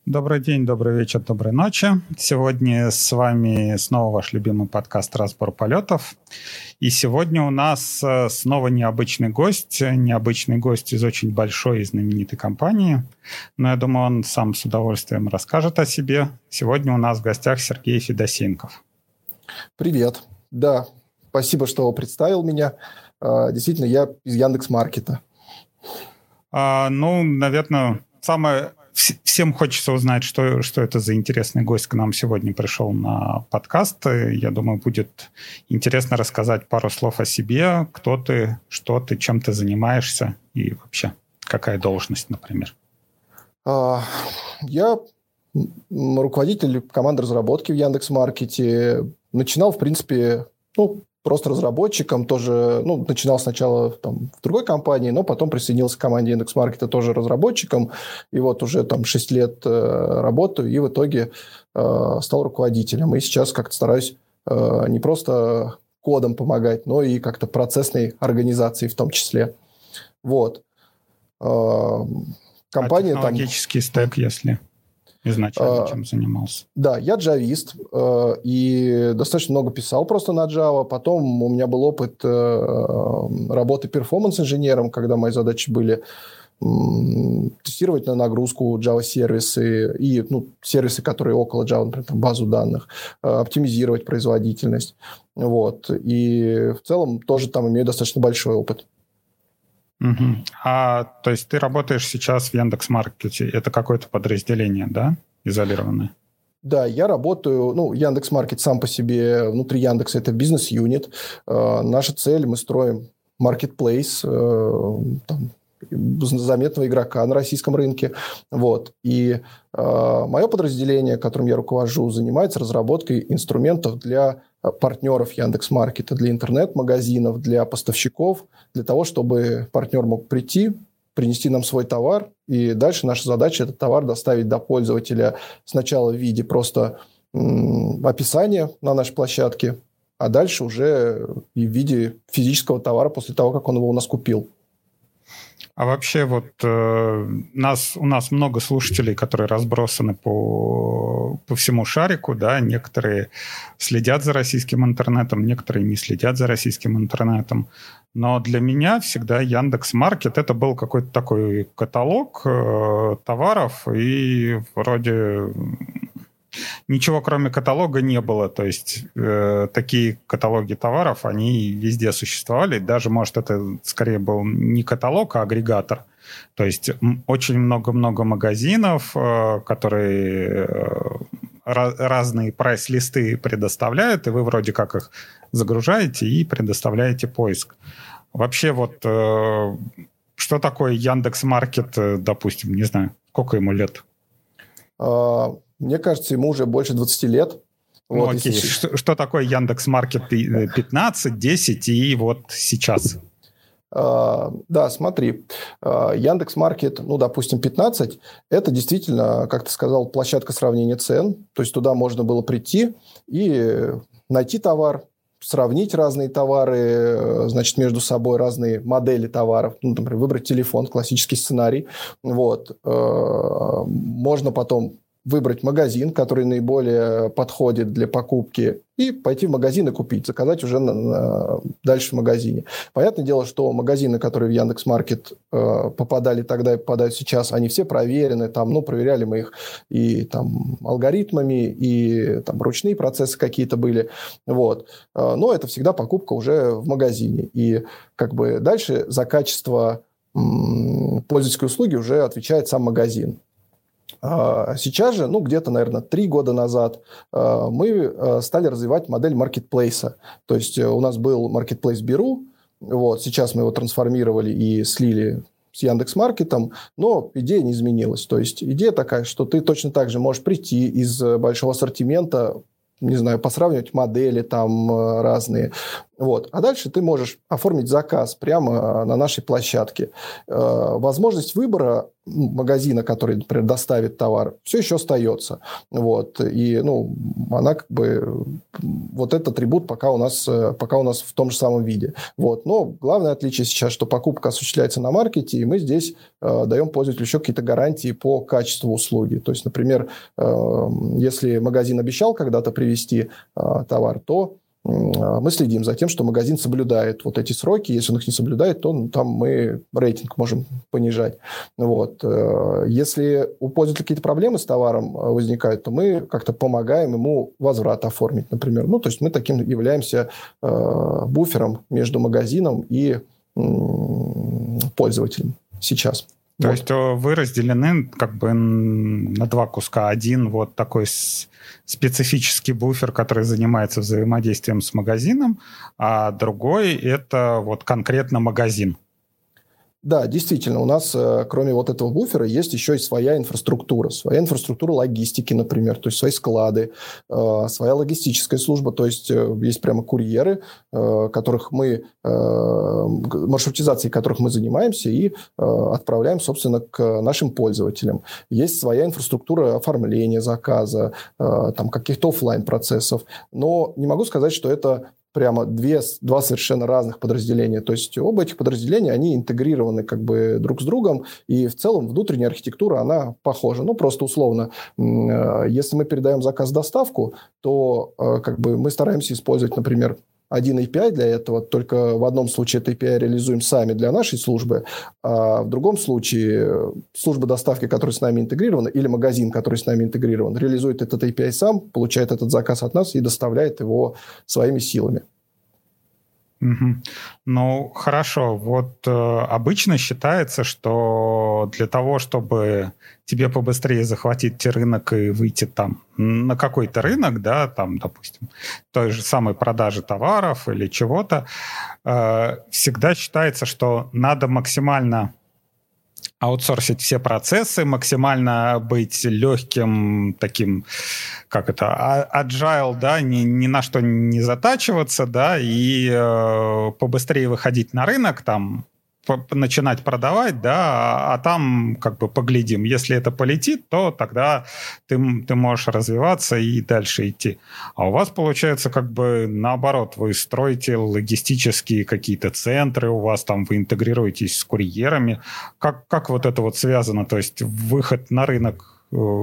Добрый день, добрый вечер, доброй ночи. Сегодня с вами снова ваш любимый подкаст «Разбор полетов». И сегодня у нас снова необычный гость из очень большой и знаменитой компании. Но я думаю, он сам с удовольствием расскажет о себе. Сегодня у нас в гостях Сергей Федосеенков. Привет. Да, спасибо, что представил меня. Действительно, я из Яндекс.Маркета. Наверное, всем хочется узнать, что это за интересный гость к нам сегодня пришел на подкаст. Я думаю, будет интересно рассказать пару слов о себе. Кто ты, что ты, чем ты занимаешься и вообще какая должность, например. Я руководитель команды разработки в Яндекс.Маркете. Начинал, в принципе, просто разработчиком, тоже, начинал сначала в другой компании, но потом присоединился к команде Яндекс.Маркета тоже разработчиком, и вот уже 6 лет работаю, и в итоге стал руководителем. И сейчас как-то стараюсь не просто кодом помогать, но и как-то процессной организацией в том числе. Вот. Компания технологический стек, если... изначально чем занимался? Да, я джавист и достаточно много писал просто на Java. Потом у меня был опыт работы перформанс-инженером, когда мои задачи были тестировать на нагрузку Java-сервисы и сервисы, которые около Java, например, базу данных, оптимизировать производительность. Вот. И в целом тоже там имею достаточно большой опыт. Угу. То есть ты работаешь сейчас в Яндекс.Маркете, это какое-то подразделение, да, изолированное? Да, я работаю, Яндекс.Маркет сам по себе, внутри Яндекса это бизнес-юнит. Наша цель, мы строим маркетплейс, заметного игрока на российском рынке. Вот. И мое подразделение, которым я руковожу, занимается разработкой инструментов для партнеров Яндекс.Маркета, для интернет-магазинов, для поставщиков, для того, чтобы партнер мог прийти, принести нам свой товар, и дальше наша задача этот товар доставить до пользователя сначала в виде просто описания на нашей площадке, а дальше уже и в виде физического товара после того, как он его у нас купил. А вообще у нас много слушателей, которые разбросаны по всему шарику, да, некоторые следят за российским интернетом, некоторые не следят за российским интернетом. Но для меня всегда Яндекс.Маркет это был какой-то такой каталог товаров, и вроде ничего кроме каталога не было. То есть такие каталоги товаров, они везде существовали. Даже, может, это скорее был не каталог, а агрегатор. То есть очень много-много магазинов, которые разные прайс-листы предоставляют, и вы вроде как их загружаете и предоставляете поиск. Вообще что такое Яндекс.Маркет, допустим, не знаю, сколько ему лет? Мне кажется, ему уже больше 20 лет. Окей. Что такое Яндекс.Маркет 15, 10 и вот сейчас? Да, смотри. Яндекс.Маркет, допустим, 15, это действительно, как ты сказал, площадка сравнения цен. То есть туда можно было прийти и найти товар, сравнить разные товары, значит, между собой разные модели товаров. Например, выбрать телефон, классический сценарий. Вот. Можно потом выбрать магазин, который наиболее подходит для покупки, и пойти в магазин и купить, заказать уже дальше в магазине. Понятное дело, что магазины, которые в Яндекс.Маркет попадали тогда и попадают сейчас, они все проверены, проверяли мы их и алгоритмами, и ручные процессы какие-то были. Вот. Но это всегда покупка уже в магазине. И дальше за качество пользовательской услуги уже отвечает сам магазин. Сейчас же, где-то, наверное, 3 года назад мы стали развивать модель маркетплейса. То есть у нас был маркетплейс Беру, сейчас мы его трансформировали и слили с Яндекс.Маркетом, но идея не изменилась. То есть идея такая, что ты точно так же можешь прийти из большого ассортимента, не знаю, посравнивать модели разные, Вот. А дальше ты можешь оформить заказ прямо на нашей площадке. Возможность выбора магазина, который, например, доставит товар, все еще остается. Вот. И она как бы... Вот этот атрибут пока у нас в том же самом виде. Вот. Но главное отличие сейчас, что покупка осуществляется на маркете, и мы здесь даем пользователю еще какие-то гарантии по качеству услуги. То есть, например, если магазин обещал когда-то привезти товар, то мы следим за тем, что магазин соблюдает вот эти сроки. Если он их не соблюдает, то там мы рейтинг можем понижать. Вот. Если у пользователя какие-то проблемы с товаром возникают, то мы как-то помогаем ему возврат оформить, например. То есть мы таким являемся буфером между магазином и пользователем сейчас. То есть вы разделены как бы на два куска. Один вот такой специфический буфер, который занимается взаимодействием с магазином, а другой это вот конкретно магазин. Да, действительно, у нас, кроме вот этого буфера, есть еще и своя инфраструктура. Своя инфраструктура логистики, например, то есть свои склады, своя логистическая служба, то есть есть прямо курьеры, маршрутизацией которых мы занимаемся и отправляем, собственно, к нашим пользователям. Есть своя инфраструктура оформления заказа, там, каких-то офлайн-процессов. Но не могу сказать, что это прямо два совершенно разных подразделения. То есть оба этих подразделения, они интегрированы как бы друг с другом, и в целом внутренняя архитектура, она похожа. Просто условно, если мы передаем заказ-доставку, то как бы мы стараемся использовать, например, один API для этого, только в одном случае этот API реализуем сами для нашей службы, а в другом случае служба доставки, которая с нами интегрирована, или магазин, который с нами интегрирован, реализует этот API сам, получает этот заказ от нас и доставляет его своими силами. Ну, хорошо. Вот обычно считается, что для того, чтобы тебе побыстрее захватить рынок и выйти там на какой-то рынок, да, там, допустим, той же самой продажи товаров или чего-то, всегда считается, что надо максимально аутсорсить все процессы, максимально быть легким таким, как это, agile, да, ни на что не затачиваться, да, и побыстрее выходить на рынок, там, начинать продавать, да, а там как бы поглядим. Если это полетит, то тогда ты можешь развиваться и дальше идти. А у вас получается как бы наоборот. Вы строите логистические какие-то центры, у вас там вы интегрируетесь с курьерами. Как вот это вот связано? То есть выход на рынок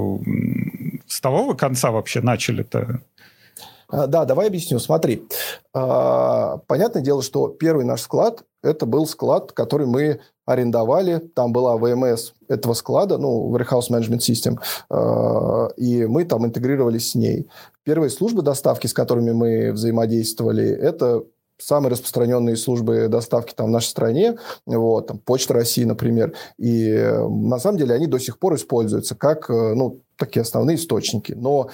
с того вы конца вообще начали-то? Да, давай объясню. Смотри. Понятное дело, что первый наш склад – это был склад, который мы арендовали. Там была ВМС этого склада, Warehouse Management System, и мы там интегрировались с ней. Первые службы доставки, с которыми мы взаимодействовали, это самые распространенные службы доставки там в нашей стране, вот, там, Почта России, например. И на самом деле они до сих пор используются как, такие основные источники. Но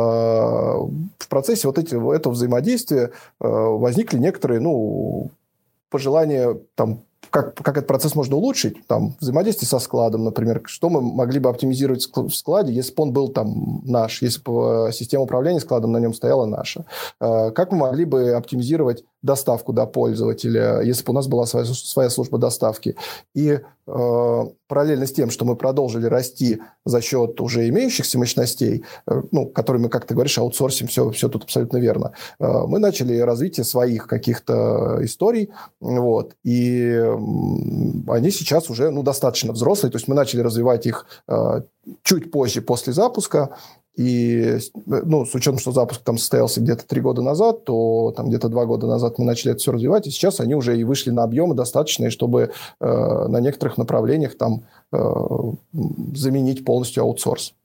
в процессе вот этого взаимодействия возникли некоторые, пожелания там, как этот процесс можно улучшить, там, взаимодействие со складом, например, что мы могли бы оптимизировать в складе, если бы он был там наш, если бы система управления складом на нем стояла наша. Как мы могли бы оптимизировать доставку до пользователя, если бы у нас была своя служба доставки. И параллельно с тем, что мы продолжили расти за счет уже имеющихся мощностей, которые мы, как ты говоришь, аутсорсим, все тут абсолютно верно, мы начали развитие своих каких-то историй, вот, и они сейчас уже достаточно взрослые, то есть мы начали развивать их чуть позже после запуска. И, с учетом, что запуск там состоялся где-то 3 года назад, то там где-то 2 года назад мы начали это все развивать, и сейчас они уже и вышли на объемы достаточные, чтобы на некоторых направлениях там заменить полностью аутсорс.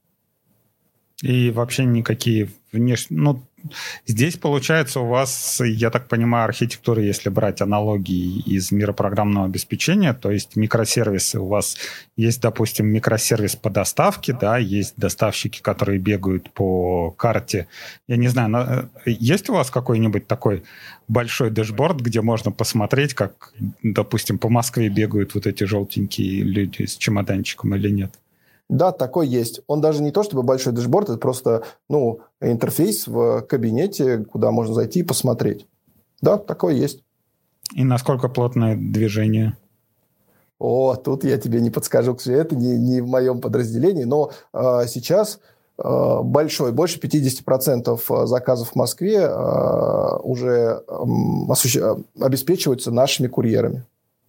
И вообще никакие внешние... Здесь, получается, у вас, я так понимаю, архитектура, если брать аналогии из мира программного обеспечения, то есть микросервисы. У вас есть, допустим, микросервис по доставке, да, есть доставщики, которые бегают по карте. Я не знаю, есть у вас какой-нибудь такой большой дэшборд, где можно посмотреть, как, допустим, по Москве бегают вот эти желтенькие люди с чемоданчиком или нет? Да, такой есть. Он даже не то чтобы большой дэшборд, это просто интерфейс в кабинете, куда можно зайти и посмотреть. Да, такое есть. И насколько плотное движение? Тут я тебе не подскажу, это не в моем подразделении, но сейчас больше 50% заказов в Москве уже обеспечиваются нашими курьерами.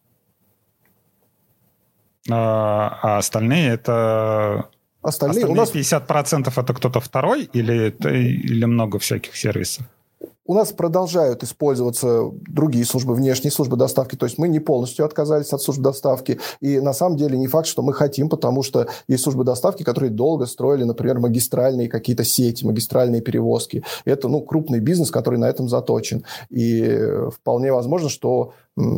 А остальные это... Остальные у нас 50% это кто-то второй или много всяких сервисов? У нас продолжают использоваться другие службы, внешние службы доставки. То есть мы не полностью отказались от служб доставки. И на самом деле не факт, что мы хотим, потому что есть службы доставки, которые долго строили, например, магистральные какие-то сети, магистральные перевозки. Это крупный бизнес, который на этом заточен. И вполне возможно, что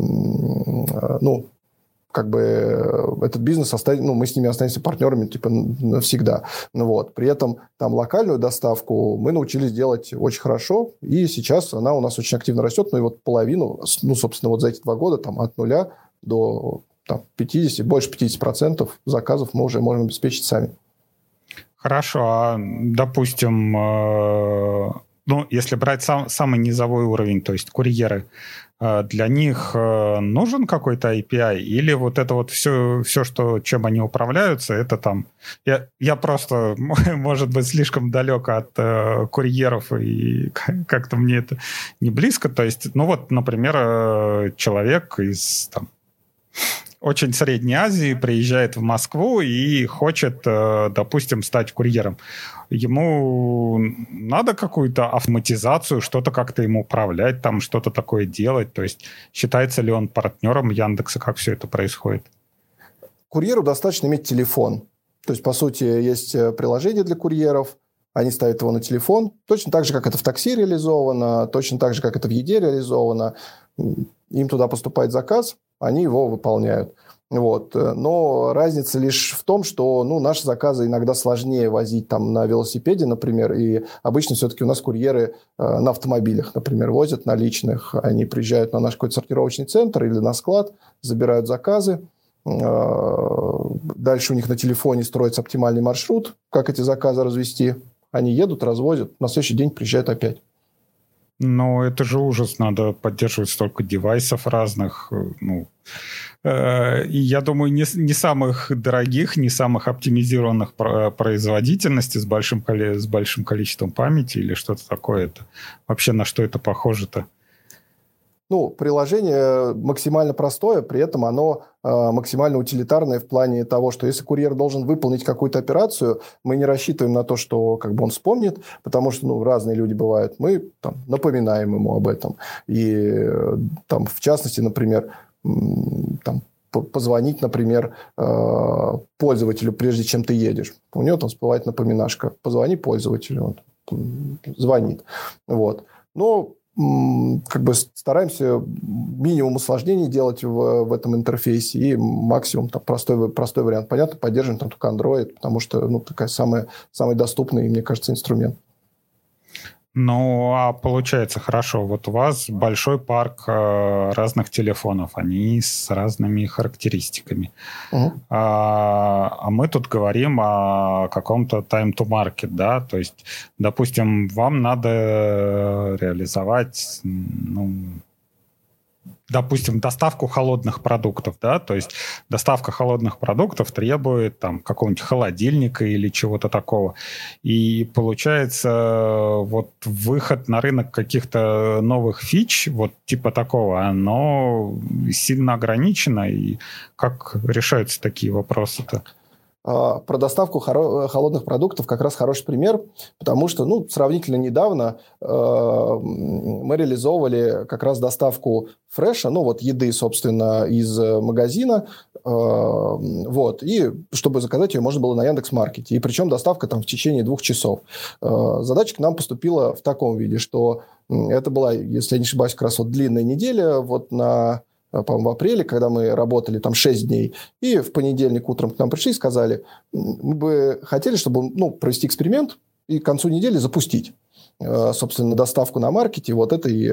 этот бизнес мы с ними останемся партнерами навсегда. При этом там локальную доставку мы научились делать очень хорошо, и сейчас она у нас очень активно растет, и половину, собственно, за эти 2 года от 0 до 50, больше 50% заказов мы уже можем обеспечить сами. Хорошо, а допустим, если брать самый низовой уровень, то есть курьеры, для них нужен какой-то API или это все, чем они управляются, это там... Я просто, может быть, слишком далек от курьеров, и как-то мне это не близко. То есть, например, человек из очень Средней Азии приезжает в Москву и хочет, допустим, стать курьером. Ему надо какую-то автоматизацию, что-то как-то ему управлять, там что-то такое делать. То есть считается ли он партнером Яндекса, как все это происходит? Курьеру достаточно иметь телефон. То есть, по сути, есть приложение для курьеров, они ставят его на телефон, точно так же, как это в такси реализовано, точно так же, как это в еде реализовано. Им туда поступает заказ, они его выполняют. Но разница лишь в том, что наши заказы иногда сложнее возить на велосипеде, например, и обычно все-таки у нас курьеры на автомобилях, например, возят наличных. Они приезжают на наш какой-то сортировочный центр или на склад, забирают заказы. Дальше у них на телефоне строится оптимальный маршрут, как эти заказы развести. Они едут, развозят, на следующий день приезжают опять. Но это же ужас, надо поддерживать столько девайсов разных. И я думаю, не самых дорогих, не самых оптимизированных производительности с большим количеством памяти или что-то такое. Это вообще на что это похоже-то? Приложение максимально простое, при этом оно максимально утилитарное в плане того, что если курьер должен выполнить какую-то операцию, мы не рассчитываем на то, что он вспомнит, потому что разные люди бывают. Мы напоминаем ему об этом. И в частности, например, позвонить, например, пользователю, прежде чем ты едешь. У него всплывает напоминашка. Позвони пользователю. Он звонит. Но стараемся минимум усложнений делать в этом интерфейсе и максимум простой вариант. Понятно, поддерживаем только Android, потому что такая самый доступный, мне кажется, инструмент. А получается хорошо. У вас большой парк разных телефонов, они с разными характеристиками. Угу. А мы тут говорим о каком-то time to market, да? То есть, допустим, вам надо реализовать, допустим, доставку холодных продуктов, да, то есть доставка холодных продуктов требует какого-нибудь холодильника или чего-то такого. И получается, выход на рынок каких-то новых фич, типа такого, оно сильно ограничено. И как решаются такие вопросы-то? Про доставку холодных продуктов как раз хороший пример, потому что, сравнительно недавно мы реализовывали как раз доставку фреша, еды, собственно, из магазина, и чтобы заказать ее можно было на Яндекс.Маркете. И причем доставка в течение 2 часов. Задача к нам поступила в таком виде, что это была, если я не ошибаюсь, как раз длинная неделя, по-моему, в апреле, когда мы работали 6 дней, и в понедельник утром к нам пришли и сказали, мы бы хотели, чтобы провести эксперимент и к концу недели запустить, собственно, доставку на маркете этой,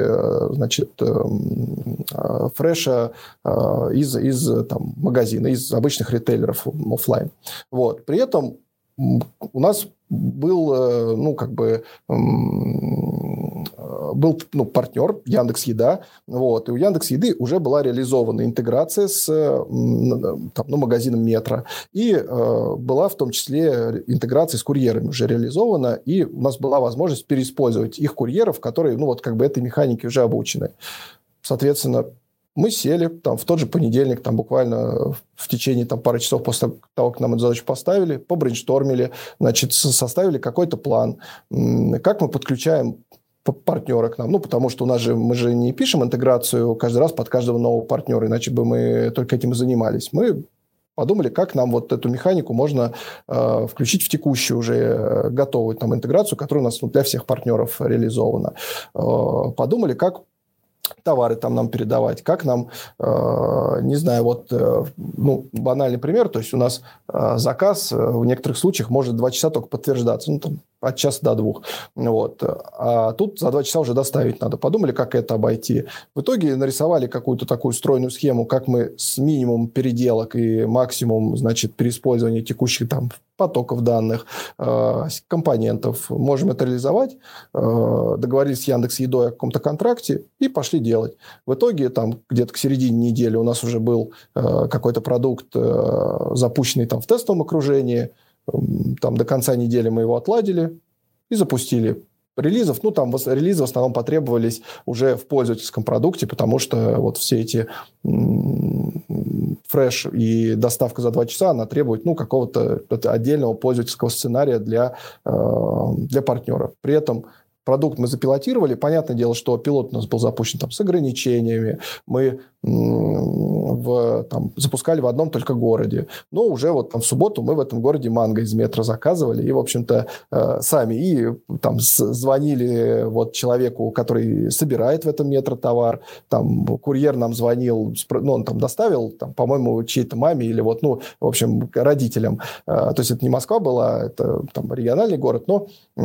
фреша из магазина, из обычных ритейлеров офлайн. При этом у нас был, был партнер Яндекс.Еда, вот, и у Яндекс.Еды уже была реализована интеграция с магазином Метро, и была в том числе интеграция с курьерами уже реализована, и у нас была возможность переиспользовать их курьеров, которые, этой механике уже обучены. Соответственно, мы сели в тот же понедельник, буквально в течение пары часов после того, как нам эту задачу поставили, побрейнштормили, составили какой-то план, как мы подключаем партнера к нам. Потому что мы же не пишем интеграцию каждый раз под каждого нового партнера, иначе бы мы только этим и занимались. Мы подумали, как нам эту механику можно включить в текущую уже готовую интеграцию, которая у нас для всех партнеров реализована. Подумали, как товары нам передавать, как нам, банальный пример, то есть у нас заказ в некоторых случаях может 2 часа только подтверждаться, от часа до 2. Вот. А тут за 2 часа уже доставить надо. Подумали, как это обойти. В итоге нарисовали какую-то такую стройную схему, как мы с минимумом переделок и максимум, переиспользования текущих потоков данных, компонентов можем это реализовать. Договорились с Яндекс.Едой о каком-то контракте и пошли делать. В итоге где-то к середине недели у нас уже был какой-то продукт, запущенный в тестовом окружении. До конца недели мы его отладили и запустили. Релизов, релизы в основном потребовались уже в пользовательском продукте, потому что все эти фреш и доставка за 2 часа, она требует какого-то отдельного пользовательского сценария для партнера. При этом продукт мы запилотировали. Понятное дело, что пилот у нас был запущен с ограничениями. Мы запускали в одном только городе. Но уже в субботу мы в этом городе манго из Метро заказывали. И, в общем-то, сами. И звонили человеку, который собирает в этом Метро товар. Курьер нам звонил, он доставил, по-моему, чьей-то маме или родителям. То есть это не Москва была, это региональный город, но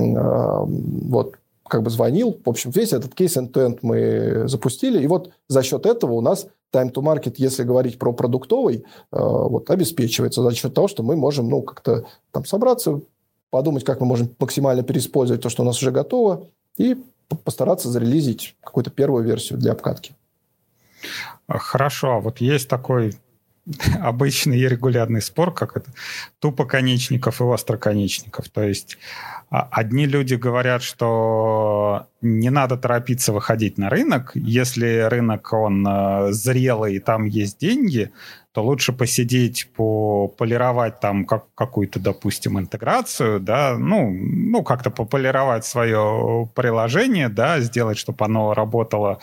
звонил. В общем, весь этот кейс end-to-end мы запустили. И за счет этого у нас time to market, если говорить про продуктовый, обеспечивается за счет того, что мы можем как-то собраться, подумать, как мы можем максимально переиспользовать то, что у нас уже готово, и постараться зарелизить какую-то первую версию для обкатки. Хорошо. Есть такой обычный и регулярный спор, как это тупоконечников и остроконечников. То есть одни люди говорят, что не надо торопиться выходить на рынок. Если рынок, он зрелый, и там есть деньги, то лучше посидеть, пополировать какую-то, допустим, интеграцию, да, как-то пополировать свое приложение, да, сделать, чтобы оно работало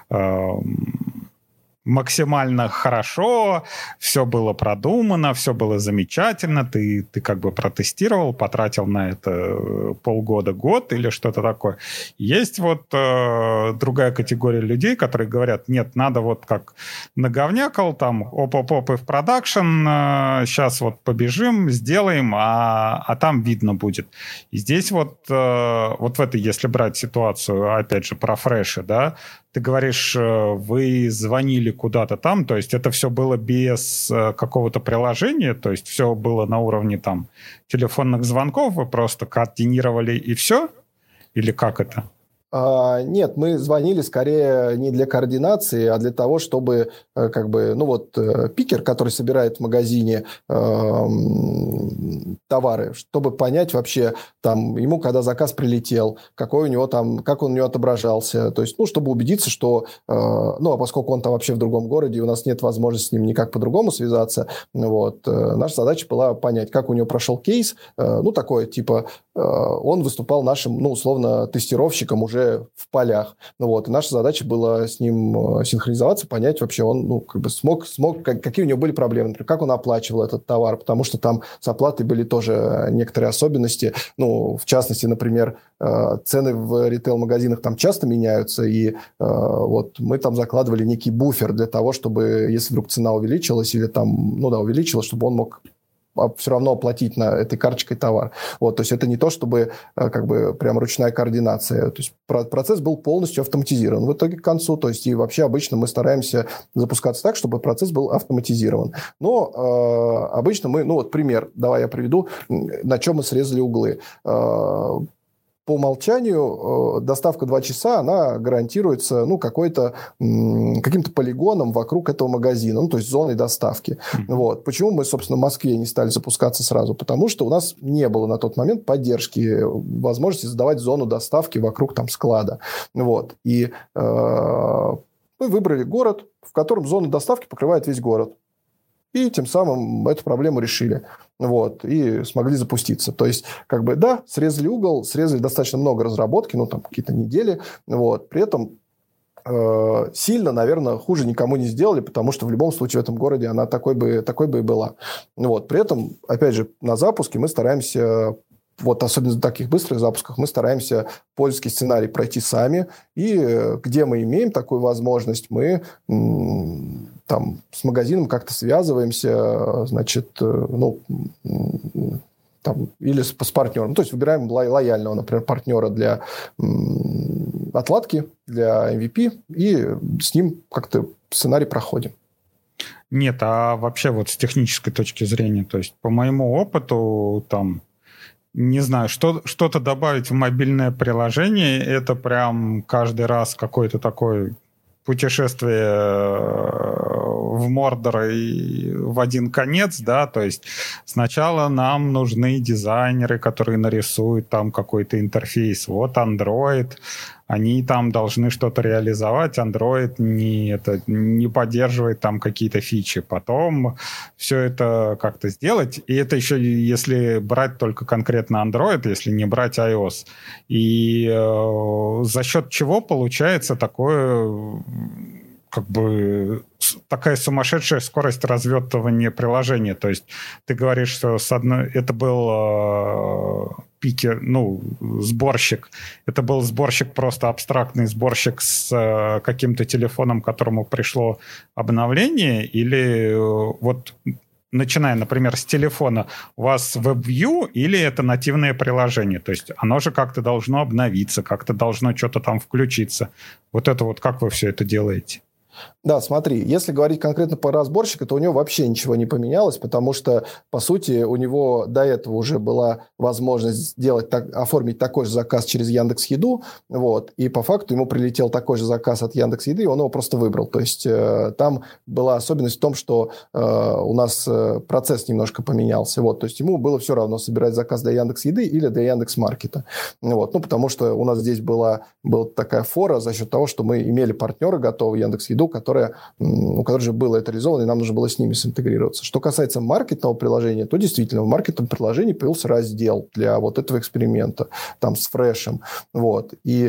максимально хорошо, все было продумано, все было замечательно, ты протестировал, потратил на это полгода, год или что-то такое. Есть другая категория людей, которые говорят, нет, надо как наговнякал, оп-оп-оп и в продакшн, сейчас побежим, сделаем, а там видно будет. И здесь в этой, если брать ситуацию, опять же, про фреши, да, ты говоришь, вы звонили куда-то то есть это все было без какого-то приложения, то есть все было на уровне телефонных звонков, вы просто координировали и все? Или как это? Нет, мы звонили скорее не для координации, а для того, чтобы пикер, который собирает в магазине товары, чтобы понять вообще ему, когда заказ прилетел, какой у него как он у него отображался, то есть, чтобы убедиться, что, а поскольку он вообще в другом городе, у нас нет возможности с ним никак по-другому связаться, наша задача была понять, как у него прошел кейс, такое, он выступал нашим, условно, тестировщиком уже в полях. И наша задача была с ним синхронизоваться, понять вообще, он смог, какие у него были проблемы, например, как он оплачивал этот товар, потому что там с оплатой были тоже некоторые особенности. В частности, например, цены в ритейл-магазинах часто меняются, и мы закладывали некий буфер для того, чтобы, если вдруг цена увеличилась или увеличилась, чтобы он мог все равно оплатить на этой карточкой товар. То есть это не то, чтобы прям ручная координация. То есть процесс был полностью автоматизирован в итоге к концу. То есть и вообще обычно мы стараемся запускаться так, чтобы процесс был автоматизирован. Но обычно мы, пример, давай я приведу, на чем мы срезали углы. по умолчанию доставка 2 часа, она гарантируется каким-то полигоном вокруг этого магазина, то есть зоной доставки. Вот. Почему мы, собственно, в Москве не стали запускаться сразу? Потому что у нас не было на тот момент поддержки, возможности создавать зону доставки вокруг там склада. Вот. И мы выбрали город, в котором зона доставки покрывает весь город. И тем самым эту проблему решили. Вот, и смогли запуститься. То есть, срезали угол, срезали достаточно много разработки, какие-то недели. Вот. При этом сильно, наверное, хуже никому не сделали, потому что в любом случае в этом городе она такой бы и была. Вот. При этом, опять же, на запуске мы стараемся... особенно в таких быстрых запусках мы стараемся пользовательский сценарий пройти сами. И где мы имеем такую возможность, мы с магазином как-то связываемся, или с партнером. То есть выбираем лояльного, например, партнера для отладки, для MVP, и с ним как-то сценарий проходим. Нет, а вообще с технической точки зрения, то есть по моему опыту, не знаю, что-то добавить в мобильное приложение, это прям каждый раз какое-то такое путешествие в Мордор и в один конец, да, то есть сначала нам нужны дизайнеры, которые нарисуют там какой-то интерфейс. Вот Android, они там должны что-то реализовать, Android не поддерживает там какие-то фичи. Потом все это как-то сделать, и это еще если брать только конкретно Android, если не брать iOS. И за счет чего получается такое... такая сумасшедшая скорость развертывания приложения. То есть ты говоришь, что это был сборщик. Это был сборщик, просто абстрактный сборщик с каким-то телефоном, к которому пришло обновление, или начиная, например, с телефона, у вас WebView или это нативное приложение? То есть оно же как-то должно обновиться, как-то должно что-то там включиться. Как вы все это делаете? Да, смотри, если говорить конкретно по разборщику, то у него вообще ничего не поменялось, потому что, по сути, у него до этого уже была возможность оформить такой же заказ через Яндекс.Еду, и по факту ему прилетел такой же заказ от Яндекс.Еды, и он его просто выбрал. То есть там была особенность в том, что у нас процесс немножко поменялся. То есть ему было все равно собирать заказ для Яндекс.Еды или для Яндекс.Маркета. Потому что у нас здесь была такая фора за счет того, что мы имели партнера готового Яндекс.Еду, у которой же было это реализовано, и нам нужно было с ними синтегрироваться. Что касается маркетного приложения, то действительно в маркетном приложении появился раздел для этого эксперимента, там с фрешем. И,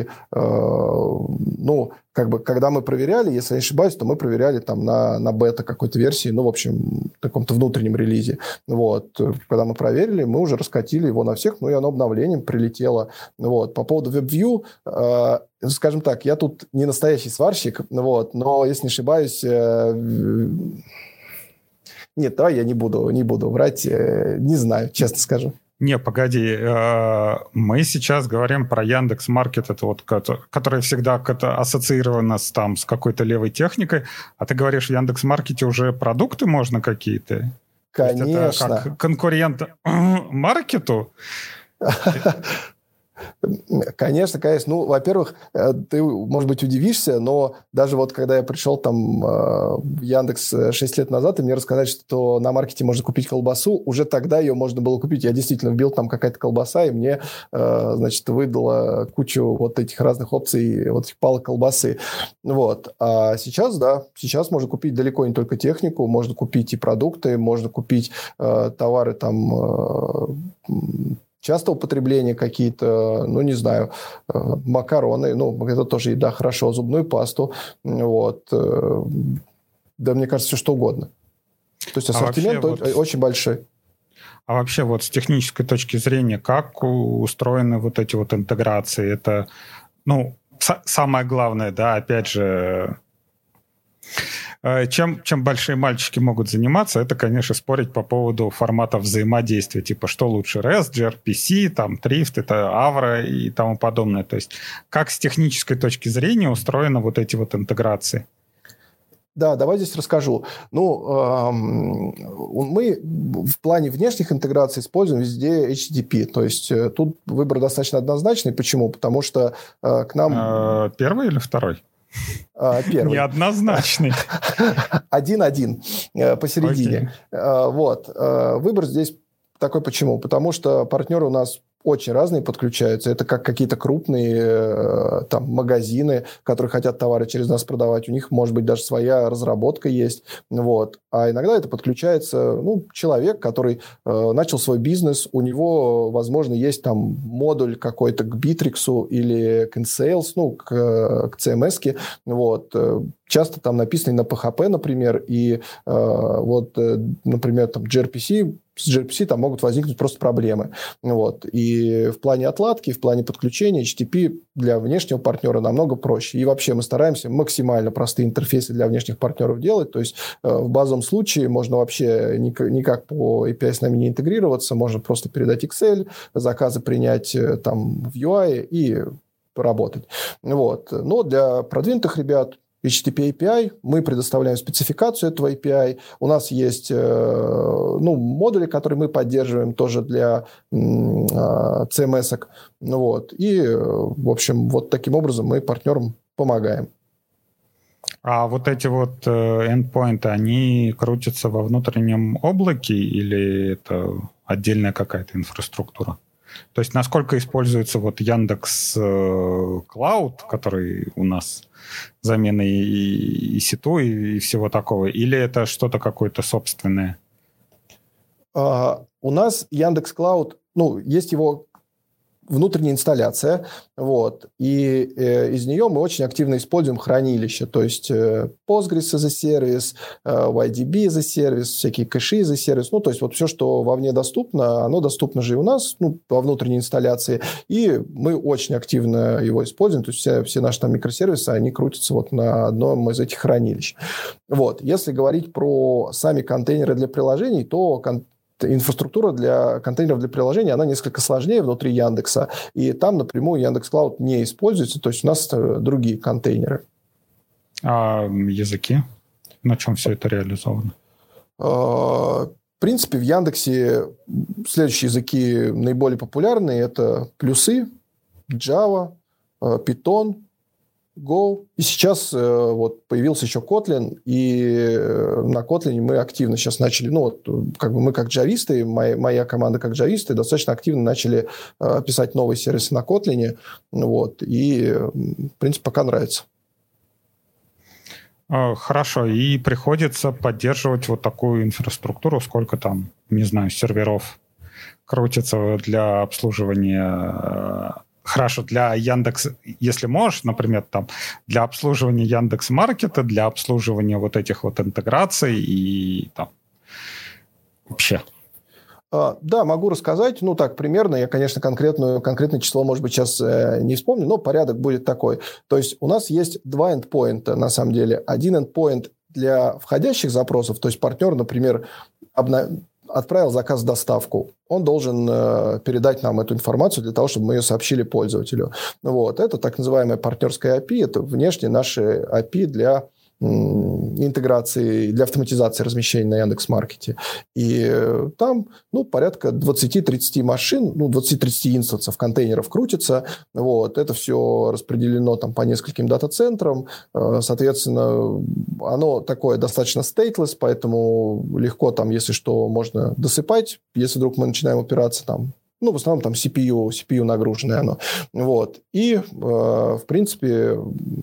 когда мы проверяли, если я не ошибаюсь, то мы проверяли там на бета какой-то версии, в каком-то внутреннем релизе. Когда мы проверили, мы уже раскатили его на всех, и оно обновлением прилетело. По поводу WebView, скажем так, я тут не настоящий сварщик, но, если не ошибаюсь, нет, давай я не буду врать, не знаю, честно скажу. Не, погоди, мы сейчас говорим про Яндекс.Маркет, которая всегда ассоциирована с какой-то левой техникой, а ты говоришь, в Яндекс.Маркете уже продукты можно какие-то? Конечно. Это как конкурент маркету? Конечно. Во-первых, ты, может быть, удивишься, но даже когда я пришел в Яндекс 6 лет назад, и мне рассказали, что на маркете можно купить колбасу, уже тогда ее можно было купить. Я действительно вбил там какая-то колбаса, и мне, выдала кучу этих разных опций, этих палок колбасы. А сейчас, да, сейчас можно купить далеко не только технику, можно купить и продукты, можно купить товары частого употребления какие-то, не знаю, макароны, это тоже еда, хорошо, зубную пасту, да, мне кажется, все что угодно. То есть ассортимент очень большой. А вообще с технической точки зрения, как устроены эти интеграции? Это, самое главное, да, опять же... Чем большие мальчики могут заниматься, это, конечно, спорить по поводу формата взаимодействия. Что лучше, REST, gRPC, Thrift, это Avro и тому подобное. То есть как с технической точки зрения устроены эти интеграции? Да, давай здесь расскажу. Мы в плане внешних интеграций используем везде HTTP. То есть тут выбор достаточно однозначный. Почему? Потому что к нам... Первый или второй? Первый. Неоднозначный. 1-1 посередине. Вот. Выбор здесь такой почему? Потому что партнеры у нас очень разные подключаются. Это как какие-то крупные там, магазины, которые хотят товары через нас продавать. У них, может быть, даже своя разработка есть. Вот. А иногда это подключается человек, который начал свой бизнес. У него, возможно, есть там модуль какой-то к Bittrex или к InSales, к CMS-ке. Вот. Часто там написано на PHP, например, и например, там с gRPC там могут возникнуть просто проблемы. Вот. И в плане отладки, в плане подключения HTTP для внешнего партнера намного проще. И вообще мы стараемся максимально простые интерфейсы для внешних партнеров делать. То есть в базовом случае можно вообще никак по API с нами не интегрироваться, можно просто передать Excel, заказы принять там в UI и работать. Вот. Но для продвинутых ребят HTTP API, мы предоставляем спецификацию этого API. У нас есть модули, которые мы поддерживаем тоже для CMS-ок. Вот. И, в общем, вот таким образом мы партнерам помогаем. А вот эти вот endpoints, они крутятся во внутреннем облаке или это отдельная какая-то инфраструктура? То есть насколько используется вот Яндекс Cloud, который у нас замена и ситу, и всего такого, или это что-то какое-то собственное? У нас Яндекс Cloud, есть его внутренняя инсталляция, вот, и из нее мы очень активно используем хранилище, то есть Postgres as a сервис, YDB as a сервис, всякие кэши as a сервис, то есть вот все, что вовне доступно, оно доступно же и у нас, во внутренней инсталляции, и мы очень активно его используем, то есть все наши там микросервисы, они крутятся вот на одном из этих хранилищ. Вот, если говорить про сами контейнеры для приложений, то инфраструктура для контейнеров для приложения, она несколько сложнее внутри Яндекса, и там напрямую Яндекс.Клауд не используется, то есть у нас другие контейнеры. А языки? На чем все это реализовано? В принципе, в Яндексе следующие языки наиболее популярные – это плюсы, Java, Python, Go. И сейчас появился еще Kotlin, и на Kotlin мы активно сейчас начали, мы как джависты, моя команда как джависты, достаточно активно начали писать новые сервисы на Kotlin, и, в принципе, пока нравится. Хорошо, и приходится поддерживать вот такую инфраструктуру, сколько там, не знаю, серверов крутится для обслуживания. Хорошо, для Яндекс, если можешь, например, там, для обслуживания Яндекс.Маркета, для обслуживания вот этих вот интеграций и там вообще. Да, могу рассказать. Так, примерно. Я, конечно, конкретное число, может быть, сейчас не вспомню, но порядок будет такой. То есть у нас есть два эндпоинта, на самом деле. Один эндпоинт для входящих запросов, то есть партнер, например, отправил заказ в доставку, он должен передать нам эту информацию для того, чтобы мы ее сообщили пользователю. Это так называемая партнерская API, это внешне наши API для интеграции, для автоматизации размещения на Яндекс.Маркете. И там порядка 20-30 машин, 20-30 инстансов контейнеров крутится. Это все распределено там по нескольким дата-центрам. Соответственно, оно такое достаточно stateless, поэтому легко там, если что, можно досыпать, если вдруг мы начинаем упираться там. В основном там CPU нагруженное оно. И, в принципе,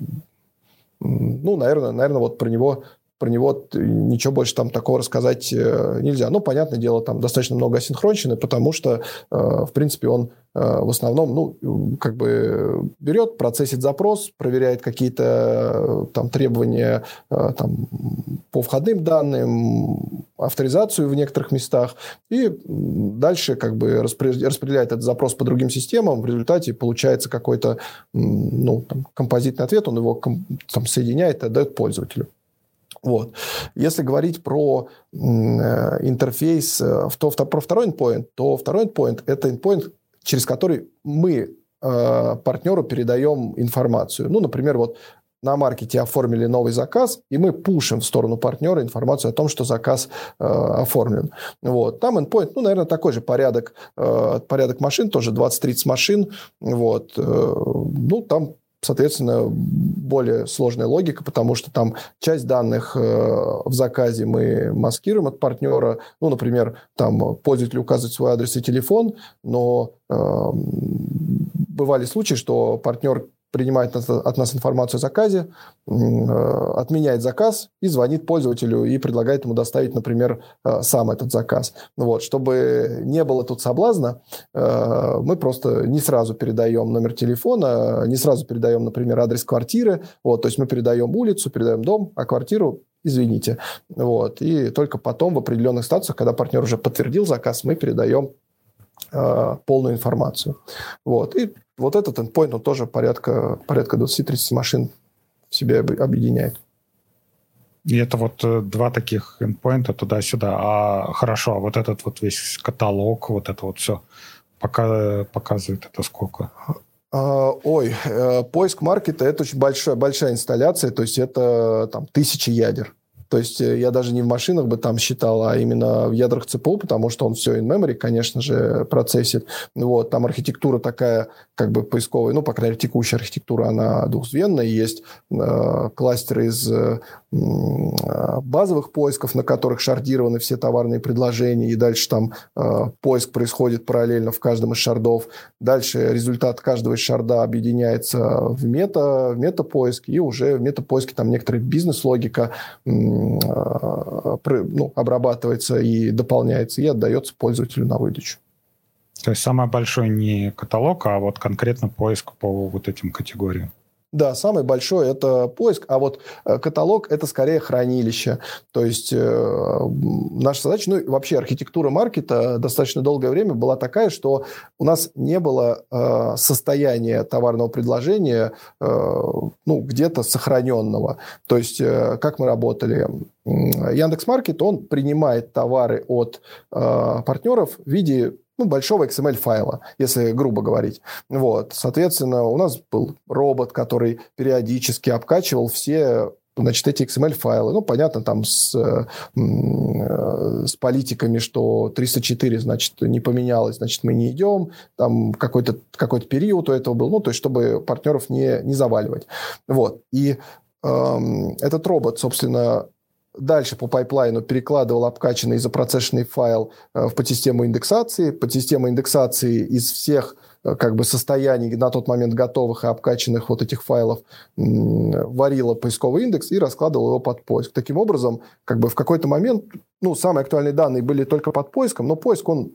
наверное, вот про него ничего больше там такого рассказать нельзя. Понятное дело, там достаточно много асинхронщины, потому что, в принципе, он в основном, берет, процессит запрос, проверяет какие-то там требования там, по входным данным, авторизацию в некоторых местах, и дальше распределяет этот запрос по другим системам. В результате получается какой-то композитный ответ, он его соединяет и отдает пользователю. Если говорить про интерфейс, про второй endpoint, то второй endpoint – это endpoint, через который мы партнеру передаем информацию. Например, на маркете оформили новый заказ, и мы пушим в сторону партнера информацию о том, что заказ оформлен. Вот. Там endpoint, наверное, такой же порядок машин, тоже 20-30 машин. Вот. Там, соответственно, более сложная логика, потому что там часть данных в заказе мы маскируем от партнера. Например, там пользователь указывает свой адрес и телефон, но бывали случаи, что партнер принимает от нас информацию о заказе, отменяет заказ и звонит пользователю и предлагает ему доставить, например, сам этот заказ. Вот. Чтобы не было тут соблазна, мы просто не сразу передаем номер телефона, не сразу передаем, например, адрес квартиры. Вот. То есть мы передаем улицу, передаем дом, а квартиру извините. Вот. И только потом в определенных статусах, когда партнер уже подтвердил заказ, мы передаем полную информацию. Вот. И вот этот endpoint, он тоже порядка 20-30 машин в себе объединяет. И это вот два таких endpoint туда-сюда. А хорошо, а вот этот вот весь каталог, вот это вот все показывает это сколько? Поиск маркета – это очень большая инсталляция, то есть это там 1000 ядер. То есть я даже не в машинах бы там считал, а именно в ядрах ЦПУ, потому что он все in-memory, конечно же, процессит. Вот, там архитектура такая, как бы поисковая, по крайней мере, текущая архитектура, она двухзвенная. Есть кластеры из базовых поисков, на которых шардированы все товарные предложения, и дальше там поиск происходит параллельно в каждом из шардов. Дальше результат каждого из шарда объединяется в метапоиск, и уже в метапоиске там некоторая бизнес-логика обрабатывается и дополняется, и отдается пользователю на выдачу. То есть самый большой не каталог, а вот конкретно поиск по вот этим категориям. Да, самый большой – это поиск, а вот каталог – это скорее хранилище. То есть наша задача, вообще архитектура маркета достаточно долгое время была такая, что у нас не было состояния товарного предложения где-то сохраненного. То есть как мы работали? Яндекс.Маркет, он принимает товары от партнеров в виде большого XML-файла, если грубо говорить. Вот. Соответственно, у нас был робот, который периодически обкачивал все эти XML-файлы. Понятно, там с политиками, что 304, значит, не поменялось, значит, мы не идем. Там какой-то период у этого был. То есть, чтобы партнеров не заваливать. Вот. И этот робот, собственно, дальше по пайплайну перекладывал обкачанный и запроцессорный файл в подсистему индексации. Подсистема индексации из всех состояний на тот момент готовых и обкачанных вот этих файлов варила поисковый индекс и раскладывала его под поиск. Таким образом, в какой-то момент самые актуальные данные были только под поиском, но поиск, он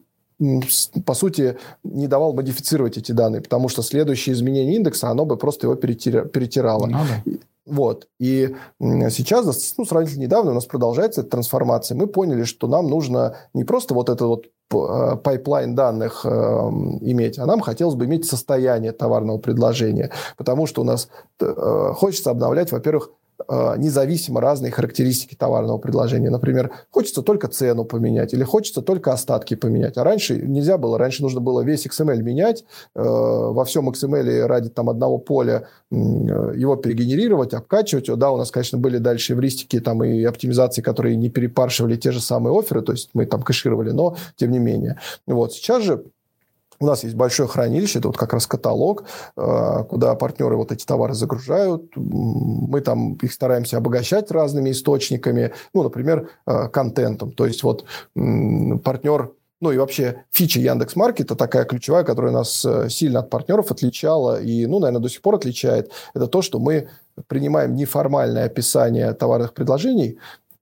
по сути, не давал модифицировать эти данные, потому что следующее изменение индекса, оно бы просто его перетирало. Вот. И сейчас, сравнительно недавно у нас продолжается эта трансформация. Мы поняли, что нам нужно не просто вот этот вот пайплайн данных иметь, а нам хотелось бы иметь состояние товарного предложения, потому что у нас хочется обновлять, во-первых, независимо разные характеристики товарного предложения. Например, хочется только цену поменять или хочется только остатки поменять. А раньше нельзя было. Раньше нужно было весь XML менять, во всем XML ради одного поля его перегенерировать, обкачивать. Да, у нас, конечно, были дальше эвристики и оптимизации, которые не перепаршивали те же самые офферы, то есть мы там кэшировали, но тем не менее. Вот. Сейчас же у нас есть большое хранилище, это вот как раз каталог, куда партнеры вот эти товары загружают. Мы там их стараемся обогащать разными источниками, например, контентом. То есть вот партнер, и вообще фича Яндекс.Маркета такая ключевая, которая нас сильно от партнеров отличала и, наверное, до сих пор отличает, это то, что мы принимаем неформальное описание товарных предложений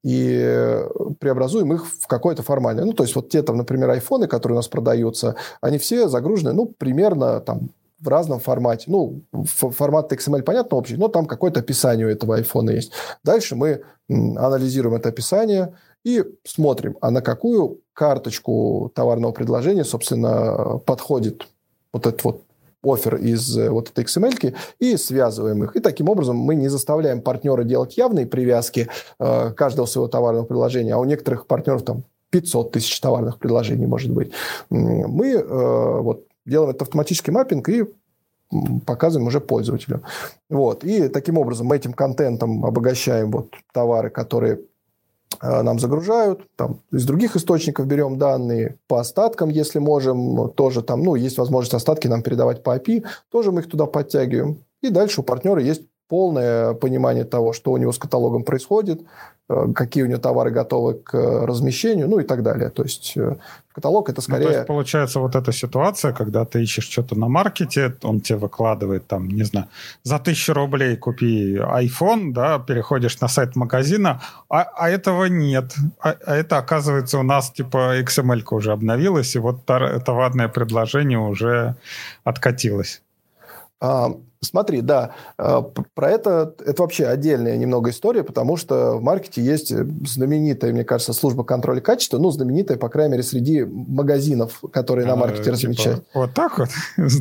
и преобразуем их в какое-то формальное. То есть вот те, например, айфоны, которые у нас продаются, они все загружены, примерно в разном формате. Формат XML, понятно, общий, но там какое-то описание у этого айфона есть. Дальше мы анализируем это описание и смотрим, а на какую карточку товарного предложения, собственно, подходит вот этот вот оффер из вот этой XML-ки и связываем их. И таким образом мы не заставляем партнера делать явные привязки каждого своего товарного предложения, а у некоторых партнеров 500 тысяч товарных предложений может быть. Мы делаем этот автоматический маппинг и показываем уже пользователю. Вот. И таким образом мы этим контентом обогащаем вот товары, которые нам загружают, там, из других источников берем данные по остаткам, если можем, тоже там, есть возможность остатки нам передавать по API, тоже мы их туда подтягиваем. И дальше у партнера есть полное понимание того, что у него с каталогом происходит, какие у него товары готовы к размещению, и так далее. То есть каталог это скорее... то есть получается вот эта ситуация, когда ты ищешь что-то на маркете, он тебе выкладывает там, не знаю, за 1000 рублей купи iPhone, да, переходишь на сайт магазина, а этого нет. А это, оказывается, у нас типа XML-ка уже обновилась, и вот товарное предложение уже откатилось. Смотри, да, про это вообще отдельная немного история, потому что в маркете есть знаменитая, мне кажется, служба контроля качества, знаменитая, по крайней мере, среди магазинов, которые на маркете размещают. Вот так вот?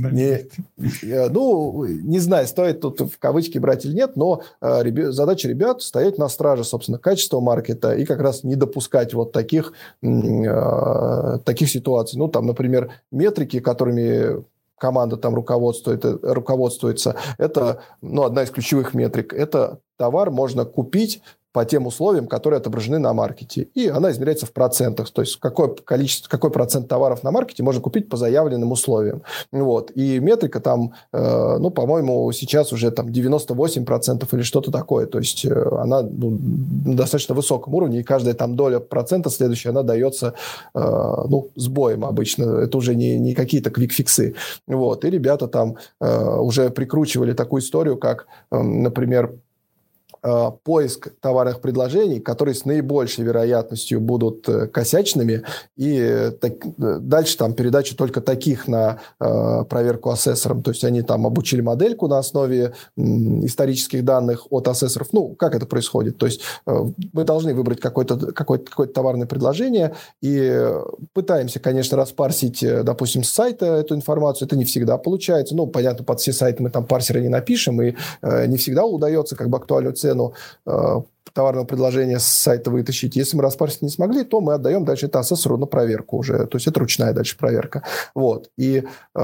Не знаю, стоит тут в кавычки брать или нет, но задача ребят стоять на страже, собственно, качества маркета и как раз не допускать вот таких ситуаций. Например, метрики, которыми команда там руководствуется, это одна из ключевых метрик. Это товар можно купить по тем условиям, которые отображены на маркете. И она измеряется в процентах. То есть, какой процент товаров на маркете можно купить по заявленным условиям. Вот. И метрика там, по-моему, сейчас уже там 98% или что-то такое. То есть, она на достаточно высоком уровне, и каждая там доля процента следующая, она дается с боем обычно. Это уже не какие-то квик-фиксы. Вот. И ребята там уже прикручивали такую историю, как, например, поиск товарных предложений, которые с наибольшей вероятностью будут косячными, и дальше там передача только таких на проверку ассессорам. То есть они там обучили модельку на основе исторических данных от ассессоров. Как это происходит? То есть мы должны выбрать какое-то товарное предложение и пытаемся, конечно, распарсить, допустим, с сайта эту информацию. Это не всегда получается. Понятно, под все сайты мы там парсеры не напишем, и не всегда удается актуальную цену товарного предложения с сайта вытащить. Если мы распарсить не смогли, то мы отдаем дальше это ассессору на проверку уже. То есть это ручная дальше проверка. Вот. И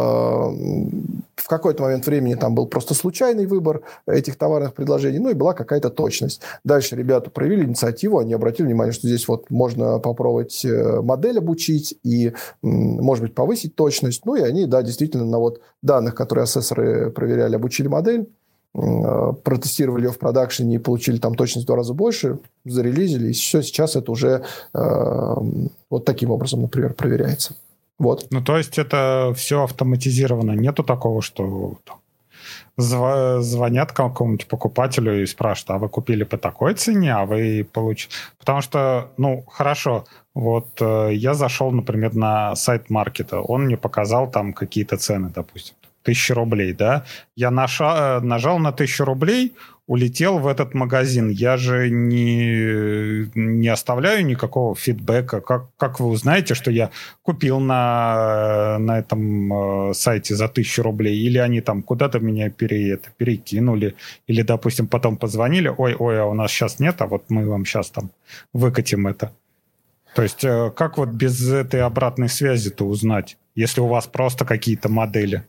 в какой-то момент времени там был просто случайный выбор этих товарных предложений, и была какая-то точность. Дальше ребята проявили инициативу, они обратили внимание, что здесь вот можно попробовать модель обучить и, может быть, повысить точность. И они, да, действительно на вот данных, которые ассессоры проверяли, обучили модель, протестировали ее в продакшене и получили там точность в 2 раза больше, зарелизили, и все, сейчас это уже вот таким образом, например, проверяется. Вот. То есть это все автоматизировано. Нету такого, что звонят какому-нибудь покупателю и спрашивают, а вы купили по такой цене, а вы получили... Потому что, хорошо, вот я зашел, например, на сайт маркета, он мне показал там какие-то цены, допустим. 1000 рублей, да? Я нажал на 1000 рублей, улетел в этот магазин. Я же не оставляю никакого фидбэка. Как вы узнаете, что я купил на этом сайте за 1000 рублей? Или они там куда-то меня перекинули? Или, допустим, потом позвонили, ой, а у нас сейчас нет, а вот мы вам сейчас там выкатим это. То есть как вот без этой обратной связи-то узнать, если у вас просто какие-то модели?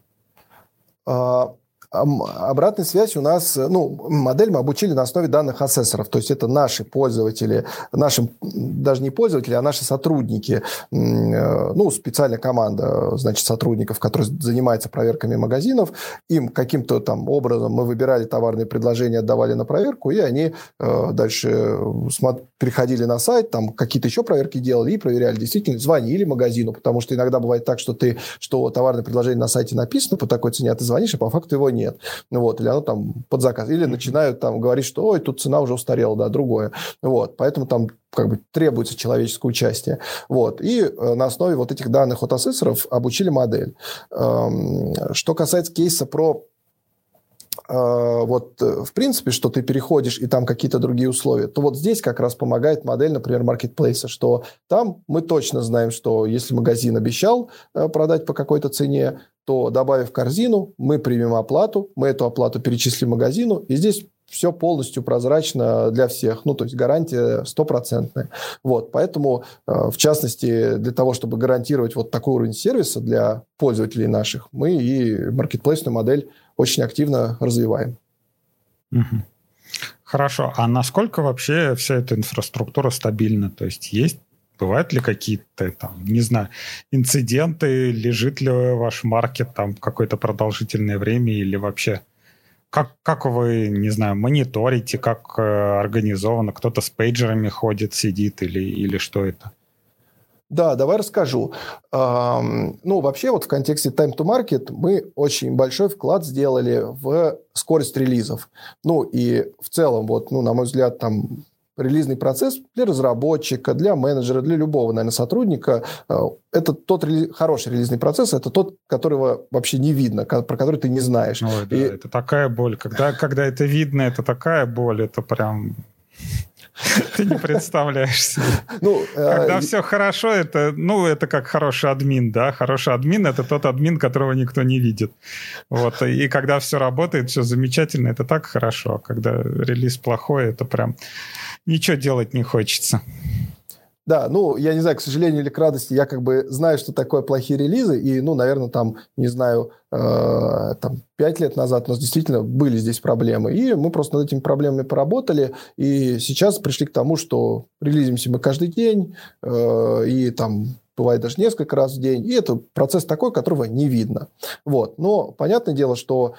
Обратная связь у нас, модель мы обучили на основе данных ассессоров, то есть это наши пользователи, даже не пользователи, а наши сотрудники, специальная команда, сотрудников, которые занимаются проверками магазинов, им каким-то там образом мы выбирали товарные предложения, отдавали на проверку, и они дальше переходили на сайт, там какие-то еще проверки делали и проверяли, действительно звонили магазину, потому что иногда бывает так, что товарное предложение на сайте написано по такой цене, а ты звонишь, а по факту его нет. Или оно там под заказ. Или начинают там говорить, что ой, тут цена уже устарела, да, другое. Поэтому там требуется человеческое участие. И на основе вот этих данных от ассессоров обучили модель. Что касается кейса про в принципе, что ты переходишь, и там какие-то другие условия, то вот здесь как раз помогает модель, например, маркетплейса, что там мы точно знаем, что если магазин обещал продать по какой-то цене, то, добавив в корзину, мы примем оплату, мы эту оплату перечислим магазину, и здесь все полностью прозрачно для всех. Ну, то есть гарантия стопроцентная. Вот, поэтому, в частности, для того, чтобы гарантировать вот такой уровень сервиса для пользователей наших, мы и маркетплейсную модель очень активно развиваем. Угу. Хорошо. А насколько вообще вся эта инфраструктура стабильна? То есть бывают ли какие-то, там, не знаю, инциденты, лежит ли ваш маркет там какое-то продолжительное время или вообще... Как вы, не знаю, мониторите, как организовано? Кто-то с пейджерами ходит, сидит или что это? Да, давай расскажу. Ну, вообще, вот в контексте Time to Market мы очень большой вклад сделали в скорость релизов. Ну, и в целом, вот, ну, на мой взгляд, там релизный процесс для разработчика, для менеджера, для любого, наверное, сотрудника. Это тот хороший релизный процесс, это тот, которого вообще не видно, про который ты не знаешь. Ой, да, это такая боль. Когда это видно, это такая боль, это прям... Ты не представляешь себе. Когда все хорошо, это как хороший админ, да? Хороший админ — это тот админ, которого никто не видит. Вот. И когда все работает, все замечательно, это так хорошо. Когда релиз плохой, это прям ничего делать не хочется. Да, ну, я не знаю, к сожалению или к радости, я как бы знаю, что такое плохие релизы, и, ну, наверное, там, не знаю, там 5 лет назад у нас действительно были здесь проблемы, и мы просто над этими проблемами поработали, и сейчас пришли к тому, что релизимся мы каждый день, и там бывает даже несколько раз в день, и это процесс такой, которого не видно. Вот. Но понятное дело, что...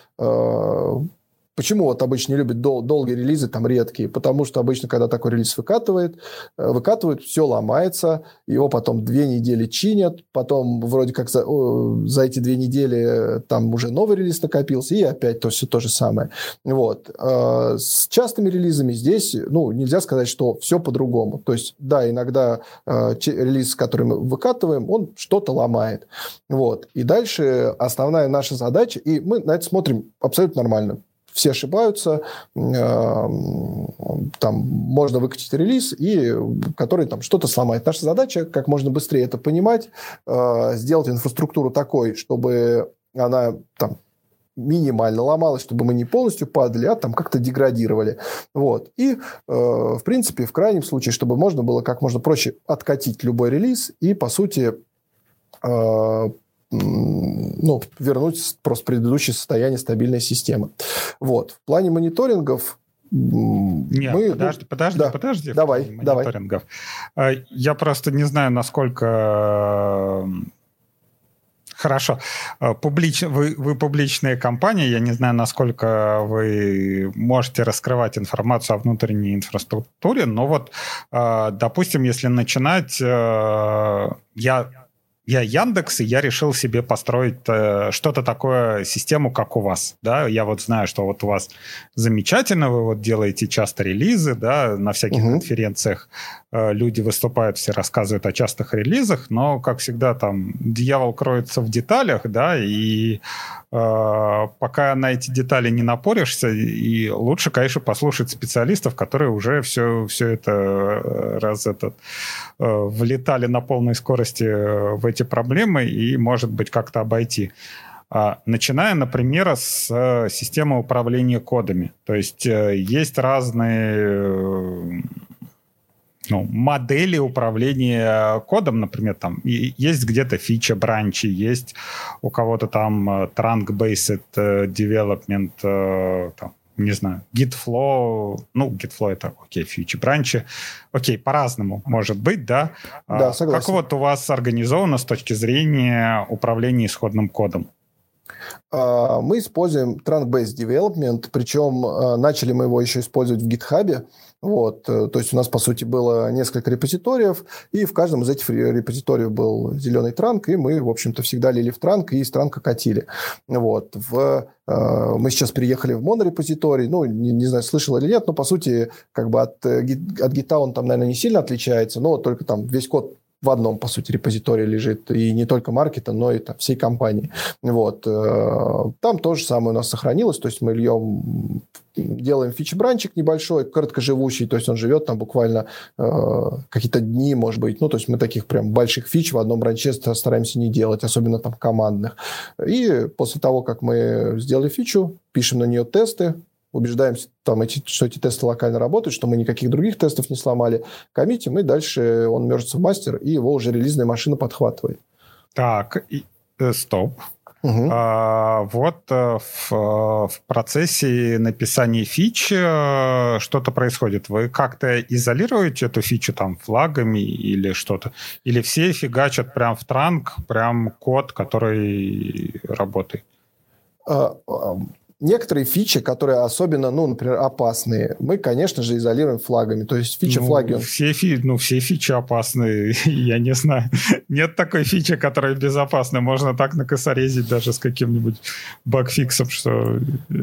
Почему вот обычно не любят долгие релизы, там редкие? Потому что обычно, когда такой релиз выкатывают, все ломается, его потом 2 недели чинят, потом вроде как за эти 2 недели там уже новый релиз накопился, и опять все то же самое. Вот. С частыми релизами здесь, ну, нельзя сказать, что все по-другому. То есть, да, иногда релиз, который мы выкатываем, он что-то ломает. Вот. И дальше основная наша задача, и мы на это смотрим абсолютно нормально. Все ошибаются, там можно выкатить релиз, который там что-то сломает. Наша задача как можно быстрее это понимать, сделать инфраструктуру такой, чтобы она там минимально ломалась, чтобы мы не полностью падали, а там как-то деградировали. Вот. И, в принципе, в крайнем случае, чтобы можно было как можно проще откатить любой релиз и, по сути, вернуть просто предыдущее состояние стабильной системы. Вот. В плане мониторингов подожди. Давай. Мониторингов. Я просто не знаю, насколько... Хорошо. Вы публичная компания, я не знаю, насколько вы можете раскрывать информацию о внутренней инфраструктуре, но вот, допустим, если начинать... Я Яндекс, и я решил себе построить что-то такое, систему, как у вас. Да? Я вот знаю, что вот у вас замечательно, вы вот делаете часто релизы, да, на всяких конференциях люди выступают, все рассказывают о частых релизах, но, как всегда, там дьявол кроется в деталях, да, и пока на эти детали не напоришься, и лучше, конечно, послушать специалистов, которые уже все это влетали на полной скорости в эти проблемы и, может быть, как-то обойти. Начиная, например, с системы управления кодами. То есть есть разные модели управления кодом, например, там есть где-то фича бранчи, есть у кого-то там trunk-based development, там, не знаю, Gitflow, Gitflow это фичи бранчи, по-разному может быть, да? Да, согласен. Как вот у вас организовано с точки зрения управления исходным кодом? Мы используем trunk-based development, причем начали мы его еще использовать в GitHub. Вот, то есть у нас, по сути, было несколько репозиториев, и в каждом из этих репозиториев был зеленый транк, и мы, в общем-то, всегда лили в транк и из транка катили. Вот. Мы сейчас переехали в монорепозиторий, не знаю, слышал или нет, но, по сути, как бы от гита он там, наверное, не сильно отличается, но только там весь код в одном, по сути, репозитории лежит, и не только маркета, но и там, всей компании. Вот. Там то же самое у нас сохранилось, то есть мы делаем фичи-бранчик небольшой, короткоживущий, то есть он живет там буквально какие-то дни, может быть. То есть мы таких прям больших фич в одном бранче стараемся не делать, особенно там командных. И после того, как мы сделали фичу, пишем на нее тесты, убеждаемся, что эти тесты локально работают, что мы никаких других тестов не сломали, коммитим, и дальше он мержится в мастер, и его уже релизная машина подхватывает. Так, стоп. Угу. В процессе написания фичи что-то происходит. Вы как-то изолируете эту фичу там флагами или что-то? Или все фигачат прям в транк, прям код, который работает? Некоторые фичи, которые особенно, например, опасные, мы, конечно же, изолируем флагами. То есть флаги... Все фичи опасные, я не знаю. Нет такой фичи, которая безопасна. Можно так накосорезить даже с каким-нибудь багфиксом, что...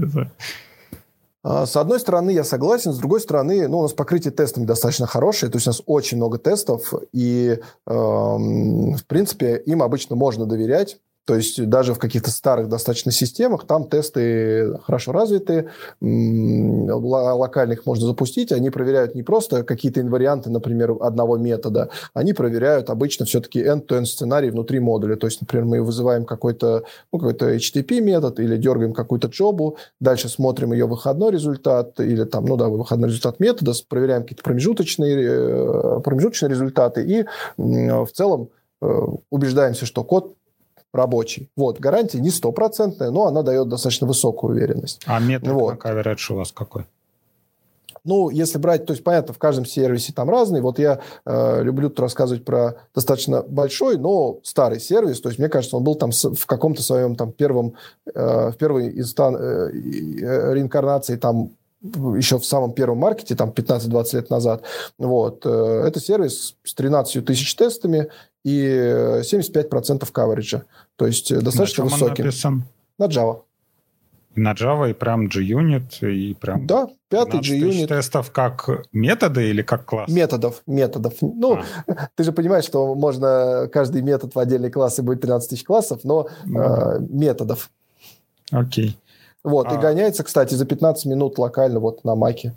С одной стороны, я согласен. С другой стороны, у нас покрытие тестами достаточно хорошее. То есть у нас очень много тестов. И, в принципе, им обычно можно доверять. То есть даже в каких-то старых достаточно системах там тесты хорошо развиты, локально их можно запустить, они проверяют не просто какие-то инварианты, например, одного метода, они проверяют обычно все-таки end-to-end сценарий внутри модуля. То есть, например, мы вызываем какой-то HTTP метод или дергаем какую-то джобу, дальше смотрим ее выходной результат или выходной результат метода, проверяем какие-то промежуточные результаты и в целом убеждаемся, что код рабочий. Гарантия не стопроцентная, но она дает достаточно высокую уверенность. А метрик на coverage у вас какой? Если брать, то есть, понятно, в каждом сервисе там разный. Я люблю тут рассказывать про достаточно большой, но старый сервис. То есть, мне кажется, он был там в каком-то своем там в первой реинкарнации там еще в самом первом маркете, там 15-20 лет назад. Это сервис с 13 тысяч тестами и 75% кавериджа. То есть достаточно высокий. На Java. На Java и прям JUnit, и прям... Да, 5-й JUnit. Тестов как методы или как класс? Методов. Ты же понимаешь, что можно каждый метод в отдельный класс и будет 13 тысяч классов, но методов. Окей. И гоняется, кстати, за 15 минут локально на Маке.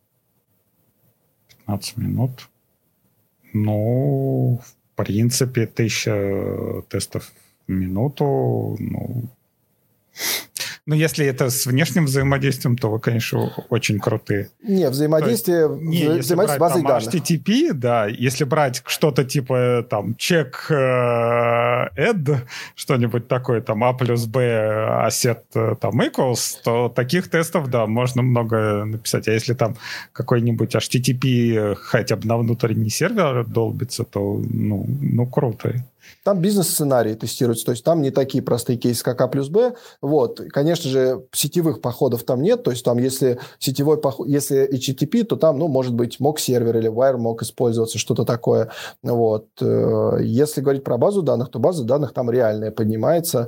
15 минут? В принципе, 1000 тестов в минуту, если это с внешним взаимодействием, то вы, конечно, очень крутые. Не, взаимодействие с базой данных. HTTP, да, если брать что-то типа там check add, что-нибудь такое, там a плюс b asset там equals, то таких тестов, да, можно много написать. А если там какой-нибудь HTTP хотя бы на внутренний сервер долбится, то, круто. Там бизнес-сценарии тестируются, то есть там не такие простые кейсы, как А плюс Б. Конечно же, сетевых походов там нет, то есть там если сетевой поход, если HTTP, то там, может быть, mock-сервер или wire мог использоваться, что-то такое. Если говорить про базу данных, то база данных там реальная поднимается.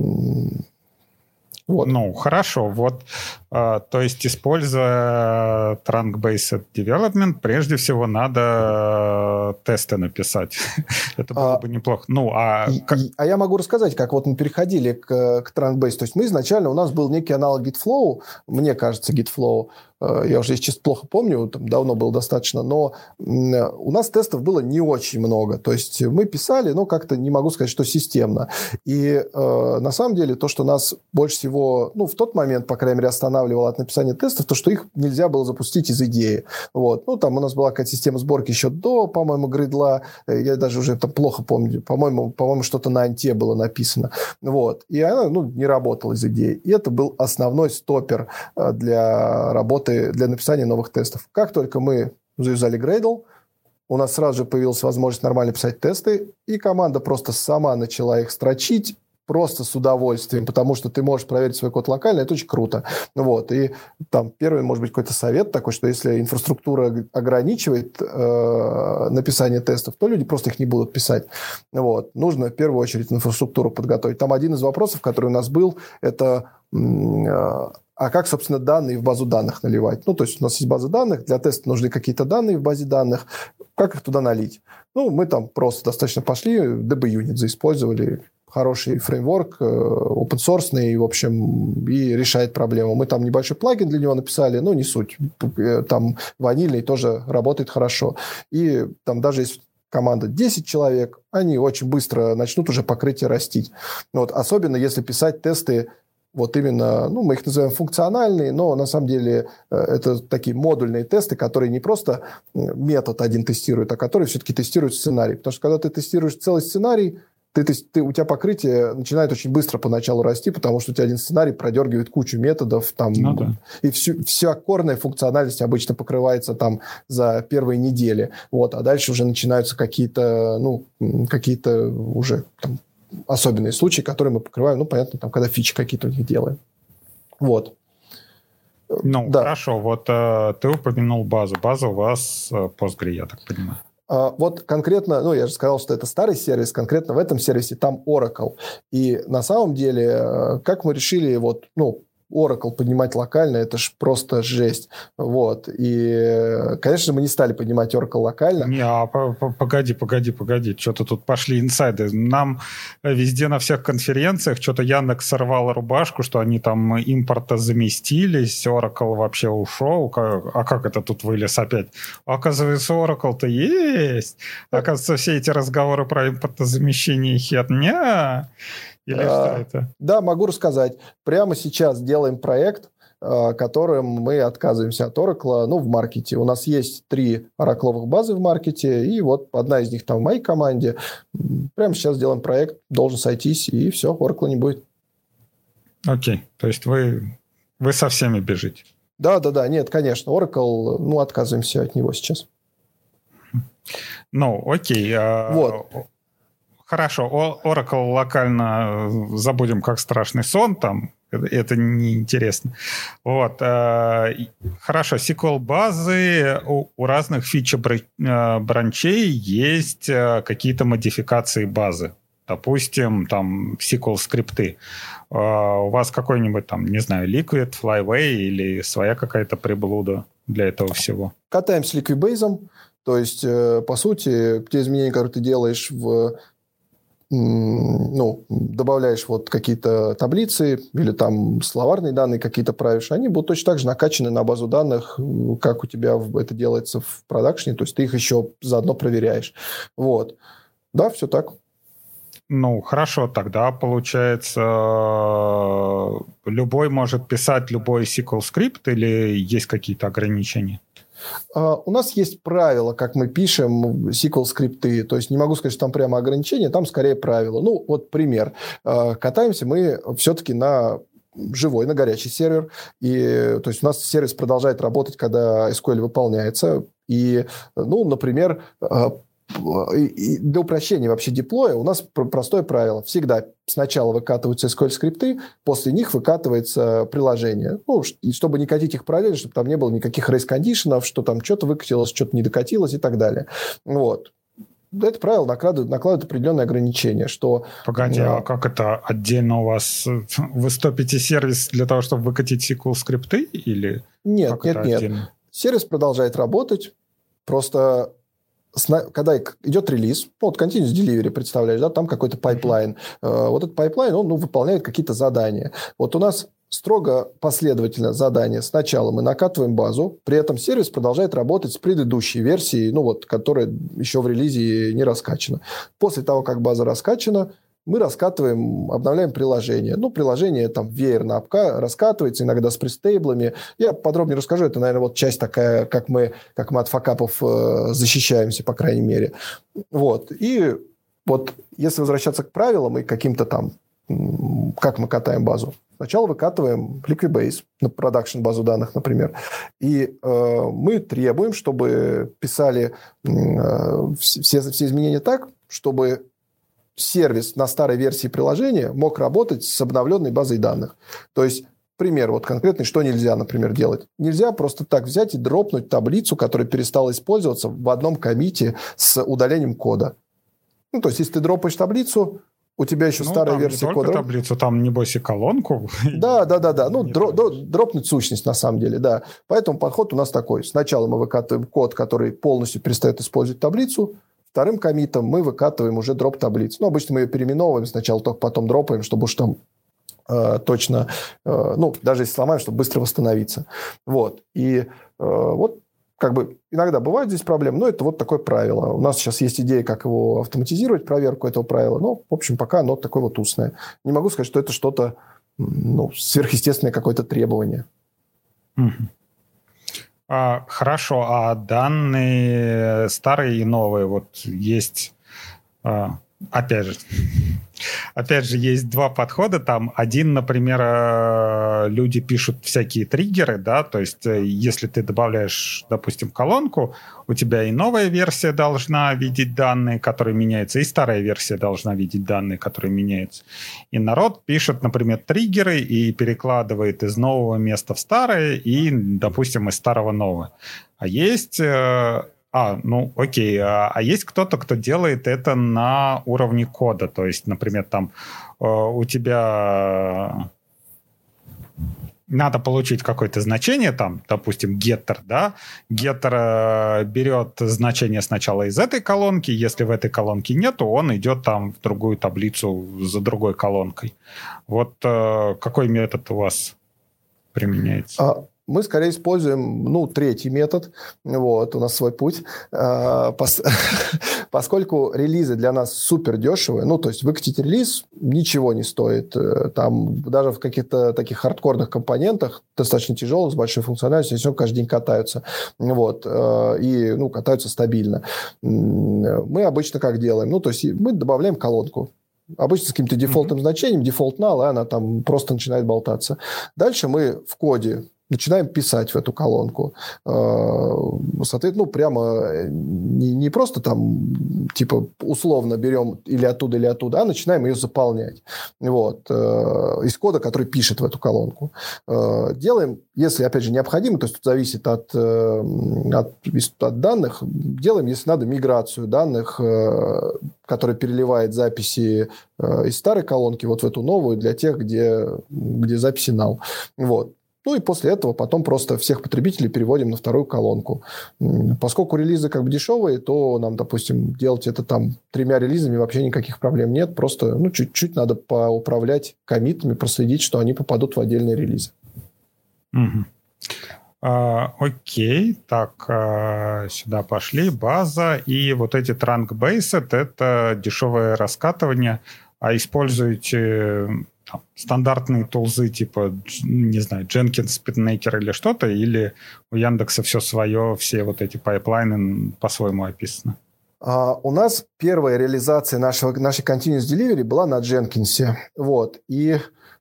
Хорошо. То есть, используя trunk-based development, прежде всего надо тесты написать. Это было бы неплохо. Я могу рассказать, как мы переходили к trunk-based. То есть, мы изначально, у нас был некий аналог GitFlow, мне кажется, GitFlow. Я уже, если честно, плохо помню, там давно было достаточно, но у нас тестов было не очень много. То есть мы писали, но как-то не могу сказать, что системно. И на самом деле то, что нас больше всего, в тот момент, по крайней мере, останавливало от написания тестов, то, что их нельзя было запустить из идеи. Там у нас была какая-то система сборки еще до, по-моему, гридла. Я даже уже там плохо помню. По-моему, что-то на анте было написано. И она, не работала из идеи. И это был основной стоппер для работы, для написания новых тестов. Как только мы завязали Gradle, у нас сразу же появилась возможность нормально писать тесты, и команда просто сама начала их строчить просто с удовольствием, потому что ты можешь проверить свой код локально, это очень круто. И там первый, может быть, какой-то совет такой, что если инфраструктура ограничивает написание тестов, то люди просто их не будут писать. Нужно в первую очередь инфраструктуру подготовить. Там один из вопросов, который у нас был, это... А как, собственно, данные в базу данных наливать? То есть у нас есть база данных, для теста нужны какие-то данные в базе данных. Как их туда налить? Мы там просто достаточно пошли, DB-Unit заиспользовали, хороший фреймворк, open-source, в общем, и решает проблему. Мы там небольшой плагин для него написали, не суть. Там ванильный тоже работает хорошо. И там даже если команда 10 человек, они очень быстро начнут уже покрытие растить. Особенно если писать тесты вот именно, ну, мы их называем функциональные, но на самом деле это такие модульные тесты, которые не просто метод один тестирует, а которые все-таки тестируют сценарий. Потому что когда ты тестируешь целый сценарий, у тебя покрытие начинает очень быстро поначалу расти, потому что у тебя один сценарий продергивает кучу методов, там, и вся корная функциональность обычно покрывается там за первые недели. Вот, а дальше уже начинаются какие-то уже там, особенные случаи, которые мы покрываем, ну, понятно, там, когда фичи какие-то у них делаем. Вот. Ну, да. Хорошо. Вот ты упомянул базу. База у вас Postgre, я так понимаю. Вот конкретно, ну, я же сказал, что это старый сервис, конкретно в этом сервисе там Oracle. И на самом деле, как мы решили, вот, ну, Oracle поднимать локально, это ж просто жесть. Вот. И, конечно, мы не стали поднимать Oracle локально. Не, погоди. Что-то тут пошли инсайды. Нам везде на всех конференциях что-то Яндекс сорвал рубашку, что они там импорта заместились, Oracle вообще ушел. А как это тут вылез опять? Оказывается, Oracle-то есть. Оказывается, все эти разговоры про импортозамещение херня. Или что это? Да, могу рассказать. Прямо сейчас делаем проект, которым мы отказываемся от Oracle, ну, в маркете. У нас есть 3 оракловых базы в маркете, и вот одна из них там в моей команде. Прямо сейчас делаем проект, должен сойтись, и все, Oracle не будет. Окей, то есть вы со всеми бежите? Да, нет, конечно, Oracle, ну, отказываемся от него сейчас. Ну, окей. Вот. Хорошо, Oracle локально забудем как страшный сон, там это неинтересно. Вот. Хорошо, SQL-базы у разных фича-бранчей есть какие-то модификации базы. Допустим, там SQL-скрипты. У вас какой-нибудь там, не знаю, Liquid, Flyway или своя какая-то приблуда для этого всего? Катаем с Liquibase. То есть, по сути, те изменения, которые ты делаешь добавляешь вот какие-то таблицы или там словарные данные какие-то правишь, они будут точно так же накачаны на базу данных, как у тебя это делается в продакшене, то есть ты их еще заодно проверяешь. Вот. Да, все так. Ну, хорошо, тогда, получается, любой может писать любой SQL-скрипт или есть какие-то ограничения? У нас есть правила, как мы пишем SQL-скрипты. То есть не могу сказать, что там прямо ограничения, там скорее правила. Ну, вот пример. Катаемся мы все-таки на живой, на горячий сервер. И, то есть у нас сервис продолжает работать, когда SQL выполняется. И, ну, например, и для упрощения вообще деплоя у нас простое правило. Всегда сначала выкатываются SQL-скрипты, после них выкатывается приложение. Ну, и чтобы не катить их параллельно, чтобы там не было никаких рейс-кондишенов, что там что-то выкатилось, что-то не докатилось и так далее. Вот. Это правило накладывает определенные ограничения, что... Погоди, а как это отдельно у вас? Вы стопите сервис для того, чтобы выкатить SQL-скрипты? Или нет. Сервис продолжает работать, просто... Когда идет релиз, вот Continuous Delivery, представляешь, да, там какой-то пайплайн. Вот этот пайплайн, он выполняет какие-то задания. Вот у нас строго последовательно задание. Сначала мы накатываем базу, при этом сервис продолжает работать с предыдущей версией, ну вот, которая еще в релизе не раскачана. После того, как база раскачана, мы раскатываем, обновляем приложение. Ну, приложение там веерно раскатывается, иногда с пристейблами. Я подробнее расскажу. Это, наверное, вот часть такая, как мы от факапов защищаемся, по крайней мере. Вот. И вот если возвращаться к правилам и каким-то там, как мы катаем базу. Сначала выкатываем Liquibase, на продакшн базу данных, например. И мы требуем, чтобы писали все изменения так, чтобы сервис на старой версии приложения мог работать с обновленной базой данных. То есть, пример вот конкретный, что нельзя, например, делать. Нельзя просто так взять и дропнуть таблицу, которая перестала использоваться в одном коммите с удалением кода. Ну, то есть, если ты дропаешь таблицу, у тебя еще старая версия кода. Не только таблицу, там, небось, и колонку. Да. Ну, дропнуть сущность, на самом деле, да. Поэтому подход у нас такой. Сначала мы выкатываем код, который полностью перестает использовать таблицу. Вторым коммитом мы выкатываем уже дроп таблицу. Ну, обычно мы ее переименовываем сначала, только потом дропаем, чтобы уж там точно, даже если сломаем, чтобы быстро восстановиться. Вот. И вот как бы иногда бывают здесь проблемы, но это вот такое правило. У нас сейчас есть идея, как его автоматизировать, проверку этого правила. Но, в общем, пока оно такое вот устное. Не могу сказать, что это что-то сверхъестественное какое-то требование. Хорошо, а данные старые и новые, вот есть, опять же, есть два подхода. Там один, например, люди пишут всякие триггеры, да, то есть если ты добавляешь, допустим, колонку, у тебя и новая версия должна видеть данные, которые меняются, и старая версия должна видеть данные, которые меняются. И народ пишет, например, триггеры и перекладывает из нового места в старое и, допустим, из старого в новое. А есть... окей. А есть кто-то, кто делает это на уровне кода? То есть, например, там у тебя надо получить какое-то значение, там, допустим, getter, да? Getter берет значение сначала из этой колонки, если в этой колонке нету, он идет там в другую таблицу за другой колонкой. Вот какой метод у вас применяется? Мы скорее используем, третий метод. Вот, у нас свой путь. Поскольку релизы для нас супер дешевые, то есть выкатить релиз ничего не стоит. Там даже в каких-то таких хардкорных компонентах, достаточно тяжелых, с большой функциональностью, все каждый день катаются. Вот, и, катаются стабильно. Мы обычно как делаем? То есть мы добавляем колонку. Обычно с каким-то дефолтным значением, дефолт null, и она там просто начинает болтаться. Дальше мы в коде начинаем писать в эту колонку. Соответственно, прямо не просто там, типа, условно берем или оттуда, а начинаем ее заполнять. Вот. Из кода, который пишет в эту колонку. Делаем, если, опять же, необходимо, то есть тут зависит от данных, делаем, если надо, миграцию данных, которая переливает записи из старой колонки вот в эту новую для тех, где записи null. Вот. И после этого потом просто всех потребителей переводим на вторую колонку. Поскольку релизы как бы дешевые, то нам, допустим, делать это там 3 релизами вообще никаких проблем нет. Просто чуть-чуть надо поуправлять коммитами, проследить, что они попадут в отдельные релизы. Окей, так, сюда пошли. База и вот эти trunk-based — это дешевое раскатывание, а используете... стандартные тулзы типа, не знаю, Jenkins, SpeedMaker или что-то, или у Яндекса все свое, все вот эти пайплайны по-своему описаны? У нас первая реализация нашей Continuous Delivery была на Jenkins. Вот. И,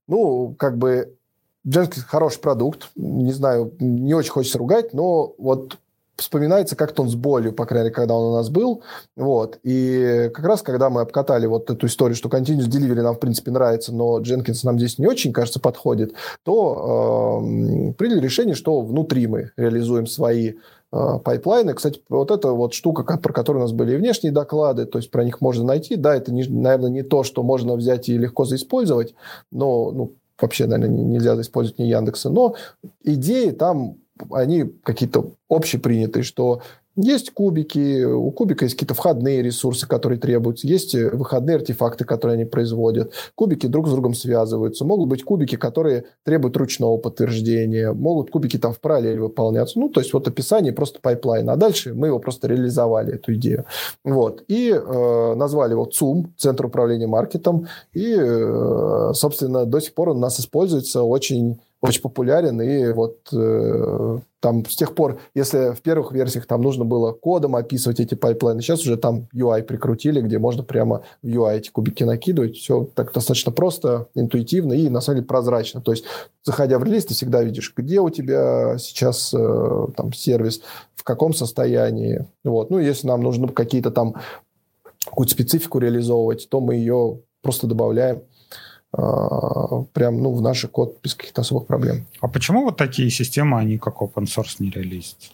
Jenkins хороший продукт. Не знаю, не очень хочется ругать, но вот вспоминается как-то он с болью, по крайней мере, когда он у нас был. Вот. И как раз, когда мы обкатали вот эту историю, что Continuous Delivery нам, в принципе, нравится, но Jenkins нам здесь не очень, кажется, подходит, то приняли решение, что внутри мы реализуем свои пайплайны. Кстати, вот эта вот штука, про которую у нас были и внешние доклады, то есть про них можно найти. Да, это, наверное, не то, что можно взять и легко заиспользовать, но вообще, наверное, нельзя заиспользовать ни Яндекса, но идеи там они какие-то общепринятые, что есть кубики, у кубика есть какие-то входные ресурсы, которые требуются, есть выходные артефакты, которые они производят, кубики друг с другом связываются, могут быть кубики, которые требуют ручного подтверждения, могут кубики там в параллель выполняться, то есть вот описание просто пайплайна, а дальше мы его просто реализовали, эту идею. Вот. И назвали его ЦУМ, Центр управления маркетом, и, собственно, до сих пор он у нас используется очень популярен, и вот там с тех пор, если в первых версиях там нужно было кодом описывать эти пайплайны, сейчас уже там UI прикрутили, где можно прямо в UI эти кубики накидывать, все так достаточно просто, интуитивно и на самом деле прозрачно, то есть заходя в релиз, ты всегда видишь, где у тебя сейчас там сервис, в каком состоянии, вот, если нам нужно какие-то там какую-то специфику реализовывать, то мы ее просто добавляем прям, в наш код без каких-то особых проблем. А почему вот такие системы, они как open source не релизятся?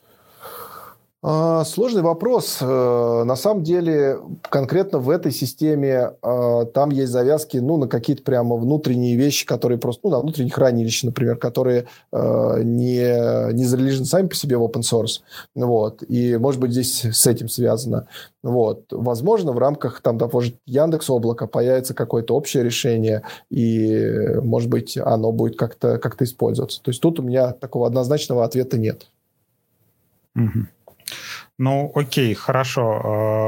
Сложный вопрос. На самом деле, конкретно в этой системе там есть завязки, на какие-то прямо внутренние вещи, которые просто, на внутренних хранилищах, например, которые не зарелижены сами по себе в open source. Вот. И, может быть, здесь с этим связано. Вот. Возможно, в рамках там, допустим, Яндекс.Облака появится какое-то общее решение, и, может быть, оно будет как-то использоваться. То есть тут у меня такого однозначного ответа нет. Окей, хорошо.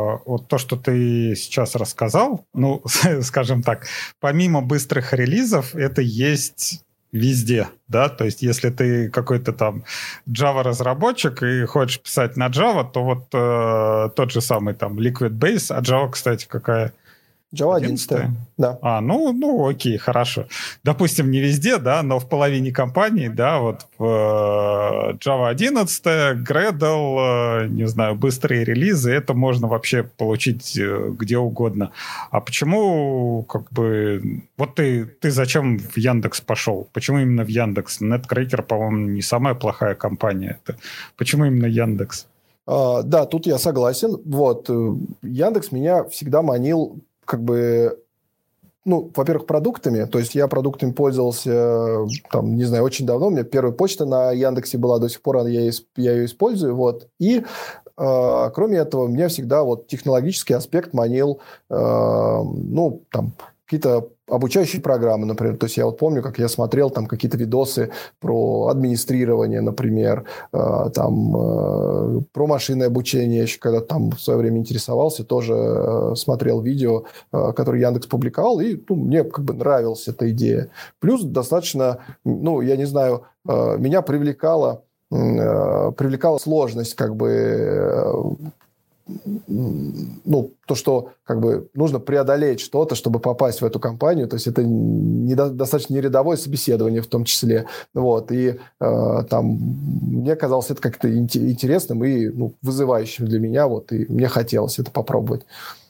вот то, что ты сейчас рассказал, ну, скажем так, помимо быстрых релизов, это есть везде, да, то есть если ты какой-то там Java-разработчик и хочешь писать на Java, то вот тот же самый там Liquid Base, а Java, кстати, какая? Java 11, да. Ну, окей, хорошо. Допустим, не везде, да, но в половине компаний, да, вот в Java 11, Gradle, не знаю, быстрые релизы, это можно вообще получить где угодно. А почему, как бы, вот ты зачем в Яндекс пошел? Почему именно в Яндекс? NetCracker, по-моему, не самая плохая компания. Почему именно Яндекс? Да, тут я согласен. Вот, Яндекс меня всегда манил как бы, ну, во-первых, продуктами. То есть я продуктами пользовался, там, не знаю, очень давно. У меня первая почта на Яндексе была, до сих пор я ее использую. Вот. И кроме этого, меня всегда вот технологический аспект манил, ну, там, какие-то обучающие программы, например. То есть я вот помню, как я смотрел там какие-то видосы про администрирование, например, там про машинное обучение. Я еще когда там в свое время интересовался, тоже смотрел видео, которые Яндекс публиковал, и мне как бы нравилась эта идея. Плюс достаточно, ну, я не знаю, меня привлекала сложность как бы, ну, то, что как бы нужно преодолеть что-то, чтобы попасть в эту компанию. То есть это достаточно не рядовое собеседование в том числе. Вот. И там мне казалось это как-то интересным и вызывающим для меня. Вот. И мне хотелось это попробовать.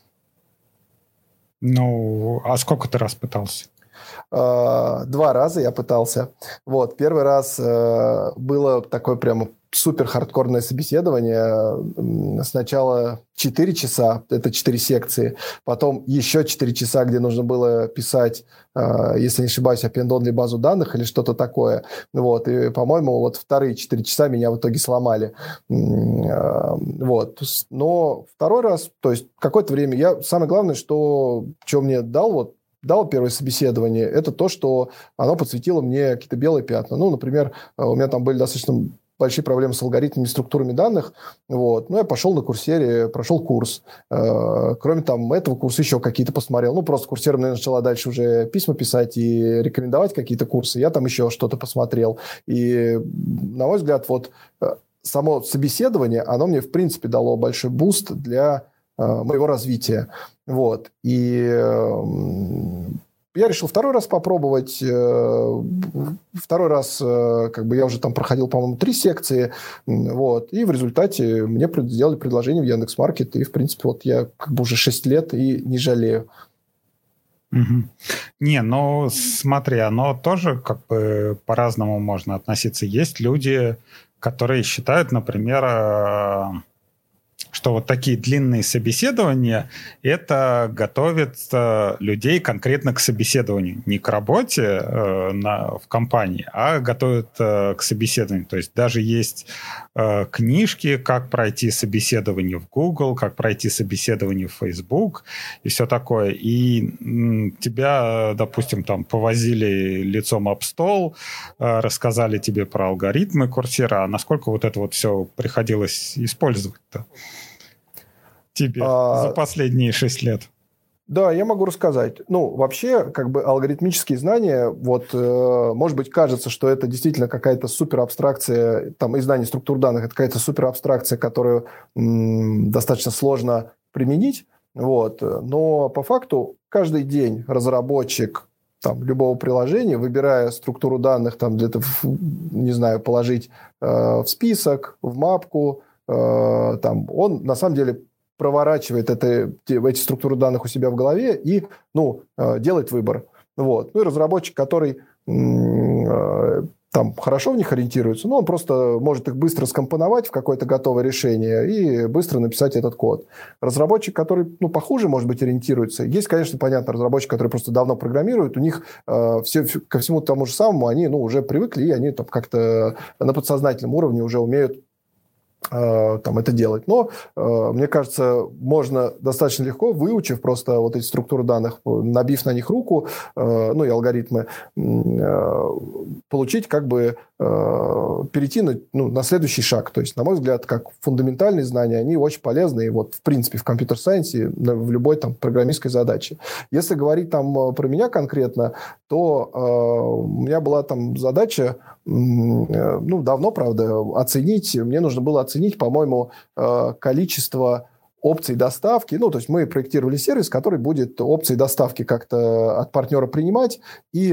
Ну, а сколько ты раз пытался? 2 раза я пытался. Вот. Первый раз было такое прямо супер хардкорное собеседование. Сначала 4 часа, это 4 секции, потом еще 4 часа, где нужно было писать, если не ошибаюсь, append-only базу данных или что-то такое. Вот. И, по-моему, вот вторые 4 часа меня в итоге сломали. Вот. Но второй раз, то есть какое-то время, самое главное, что мне дал первое собеседование, это то, что оно подсветило мне какие-то белые пятна. Ну, например, у меня там были достаточно большие проблемы с алгоритмами и структурами данных. Вот. Ну, я пошел на Курсере, прошел курс. Кроме там этого курса еще какие-то посмотрел. Ну, просто Курсера мне начала дальше уже письма писать и рекомендовать какие-то курсы. Я там еще что-то посмотрел. И, на мой взгляд, вот само собеседование, оно мне, в принципе, дало большой буст для моего развития. Вот. И я решил второй раз попробовать. Второй раз как бы я уже там проходил, по-моему, 3 секции. Вот. И в результате мне сделали предложение в Яндекс.Маркет. И, в принципе, вот я как бы уже 6 лет и не жалею. Угу. Не, ну смотри, оно тоже как бы по-разному можно относиться. Есть люди, которые считают, например, что вот такие длинные собеседования — это готовит людей конкретно к собеседованию. Не к работе в компании, а готовят к собеседованию. То есть даже есть книжки, как пройти собеседование в Google, как пройти собеседование в Facebook и все такое. И тебя, допустим, там повозили лицом об стол, рассказали тебе про алгоритмы Курсера. А насколько вот это вот все приходилось использовать-то тебе за последние 6 лет? Да, я могу рассказать. Ну, вообще, как бы алгоритмические знания, вот, может быть, кажется, что это действительно какая-то суперабстракция, там, и знание структур данных, это какая-то суперабстракция, которую достаточно сложно применить, вот, но по факту каждый день разработчик там, любого приложения, выбирая структуру данных, там, где-то, не знаю, положить в список, в мапку, там, он, на самом деле, проворачивает эти структуры данных у себя в голове и делает выбор. Вот. Ну и разработчик, который там хорошо в них ориентируется, он просто может их быстро скомпоновать в какое-то готовое решение и быстро написать этот код. Разработчик, который похуже, может быть, ориентируется. Есть, конечно, понятно, разработчики, которые просто давно программируют, у них ко всему тому же самому они уже привыкли, и они там как-то на подсознательном уровне уже умеют там это делать. Но, мне кажется, можно достаточно легко, выучив просто вот эти структуры данных, набив на них руку, ну и алгоритмы, получить как бы перейти на следующий шаг. То есть, на мой взгляд, как фундаментальные знания, они очень полезны и вот, в принципе, в компьютер-сайенсе, в любой там программистской задаче. Если говорить там про меня конкретно, то у меня была там задача, давно, правда, оценить, мне нужно было оценить, по-моему, количество опций доставки. Ну, то есть мы проектировали сервис, который будет опции доставки как-то от партнера принимать и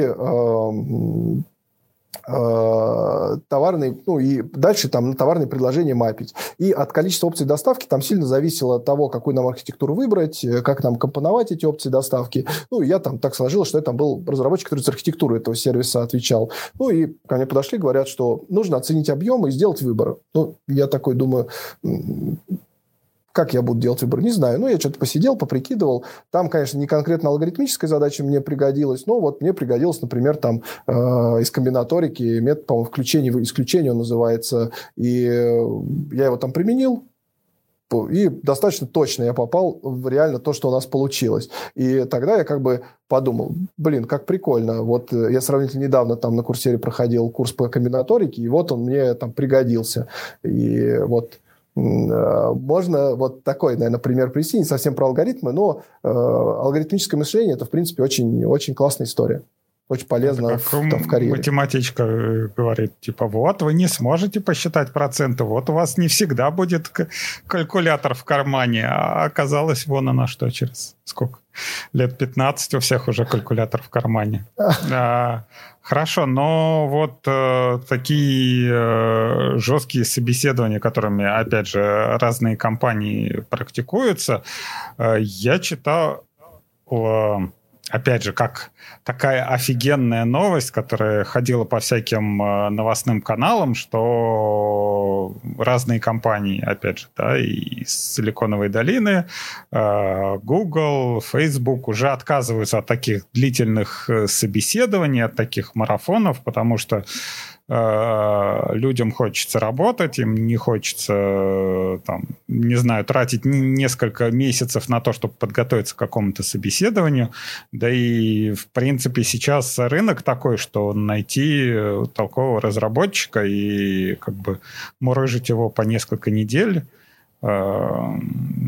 товарные, и дальше там на товарные предложения мапить. И от количества опций доставки там сильно зависело от того, какую нам архитектуру выбрать, как нам компоновать эти опции доставки. Ну, и я там так сложилось, что я там был разработчик, который за архитектуру этого сервиса отвечал. Ну, и ко мне подошли, говорят, что нужно оценить объемы и сделать выбор. Ну, я такой думаю... Как я буду делать выбор, не знаю. Ну, я что-то посидел, поприкидывал. Там, конечно, не конкретно алгоритмическая задача мне пригодилась, но вот мне пригодилось, например, там из комбинаторики метод, по-моему, исключение он называется. И я его там применил, и достаточно точно я попал в реально то, что у нас получилось. И тогда я как бы подумал, как прикольно. Вот я сравнительно недавно там на Курсере проходил курс по комбинаторике, и вот он мне там пригодился. И вот... Можно вот такой, наверное, пример привести, не совсем про алгоритмы, но алгоритмическое мышление – это, в принципе, очень, очень классная история. Очень полезно в карьере. Математичка говорит, типа, вот, вы не сможете посчитать проценты, вот у вас не всегда будет калькулятор в кармане, а оказалось, вон она что, через сколько? Лет 15 у всех уже калькулятор в кармане. Хорошо, но вот такие жесткие собеседования, которыми, опять же, разные компании практикуются, я читал... Опять же, как такая офигенная новость, которая ходила по всяким новостным каналам, что разные компании, опять же, да, и из Силиконовой долины, Google, Facebook уже отказываются от таких длительных собеседований, от таких марафонов, потому что людям хочется работать, им не хочется, там, не знаю, тратить несколько месяцев на то, чтобы подготовиться к какому-то собеседованию. Да и, в принципе, сейчас рынок такой, что найти толкового разработчика и как бы мурыжить его по несколько недель, но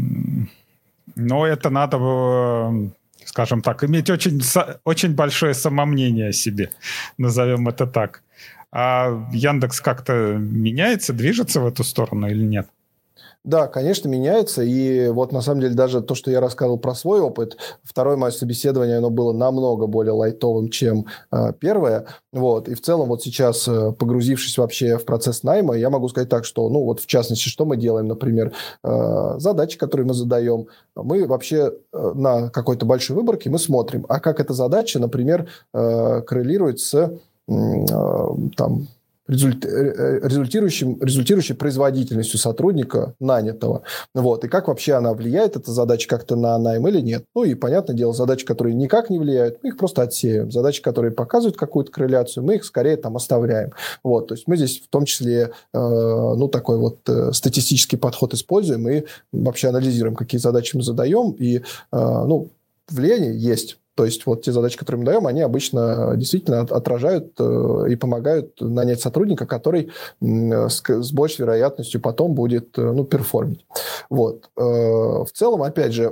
это надо было, скажем так, иметь очень большое самомнение о себе, назовем это так. А Яндекс как-то меняется, движется в эту сторону или нет? Да, конечно, меняется. И вот на самом деле даже то, что я рассказывал про свой опыт, второе мое собеседование, оно было намного более лайтовым, чем первое. Вот. И в целом вот сейчас, погрузившись вообще в процесс найма, я могу сказать так, что, вот в частности, что мы делаем, например, задачи, которые мы задаем, мы вообще на какой-то большой выборке мы смотрим, а как эта задача, например, коррелирует с результирующей производительностью сотрудника нанятого. Вот. И как вообще она влияет, эта задача, как-то на найм или нет. Ну и, понятное дело, задачи, которые никак не влияют, мы их просто отсеиваем. Задачи, которые показывают какую-то корреляцию, мы их скорее там оставляем. Вот. То есть мы здесь в том числе такой вот статистический подход используем и вообще анализируем, какие задачи мы задаем. И влияние есть. То есть вот те задачи, которые мы даем, они обычно действительно отражают и помогают нанять сотрудника, который с большей вероятностью потом будет перформить. Вот. В целом, опять же,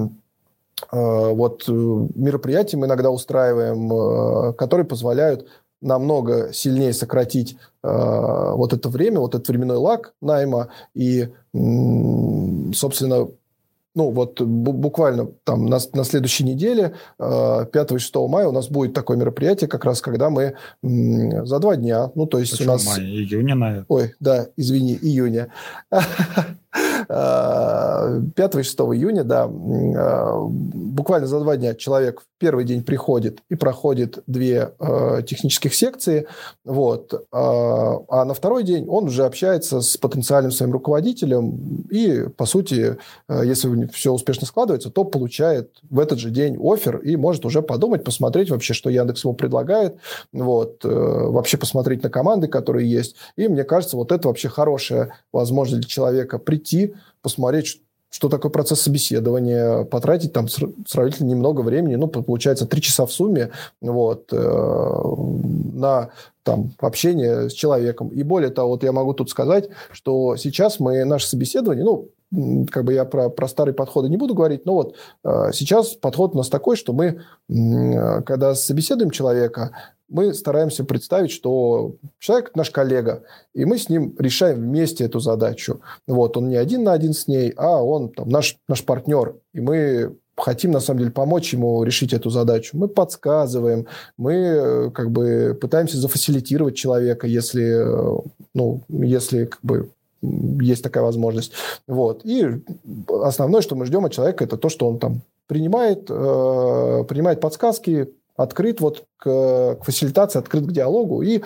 вот мероприятия мы иногда устраиваем, которые позволяют намного сильнее сократить вот это время, вот этот временной лаг найма и, собственно, буквально там на следующей неделе, 5 и 6 мая у нас будет такое мероприятие, как раз когда мы за 2 дня, то есть у нас... Июня, наверное. Ой, да, извини, июня. 5 и 6 июня, да, буквально за 2 дня человек в первый день приходит и проходит 2 технических секции, вот, а на второй день он уже общается с потенциальным своим руководителем и, по сути, если все успешно складывается, то получает в этот же день оффер и может уже подумать, посмотреть вообще, что Яндекс ему предлагает, вот, вообще посмотреть на команды, которые есть. И мне кажется, вот это вообще хорошая возможность для человека прийти, посмотреть, что такое процесс собеседования, потратить там сравнительно немного времени, ну, получается 3 часа в сумме, вот, на там, общение с человеком. И более того, вот я могу тут сказать, что сейчас мы наше собеседование, ну, как бы я про старые подходы не буду говорить, но вот сейчас подход у нас такой, что мы, когда собеседуем человека, мы стараемся представить, что человек наш коллега, и мы с ним решаем вместе эту задачу. Вот, он не один на один с ней, а он там, наш партнер, и мы хотим, на самом деле, помочь ему решить эту задачу. Мы подсказываем, мы как бы пытаемся зафасилитировать человека, если, ну, если как бы есть такая возможность. Вот. И основное, что мы ждем от человека, это то, что он там принимает подсказки, открыт вот к фасилитации, открыт к диалогу. И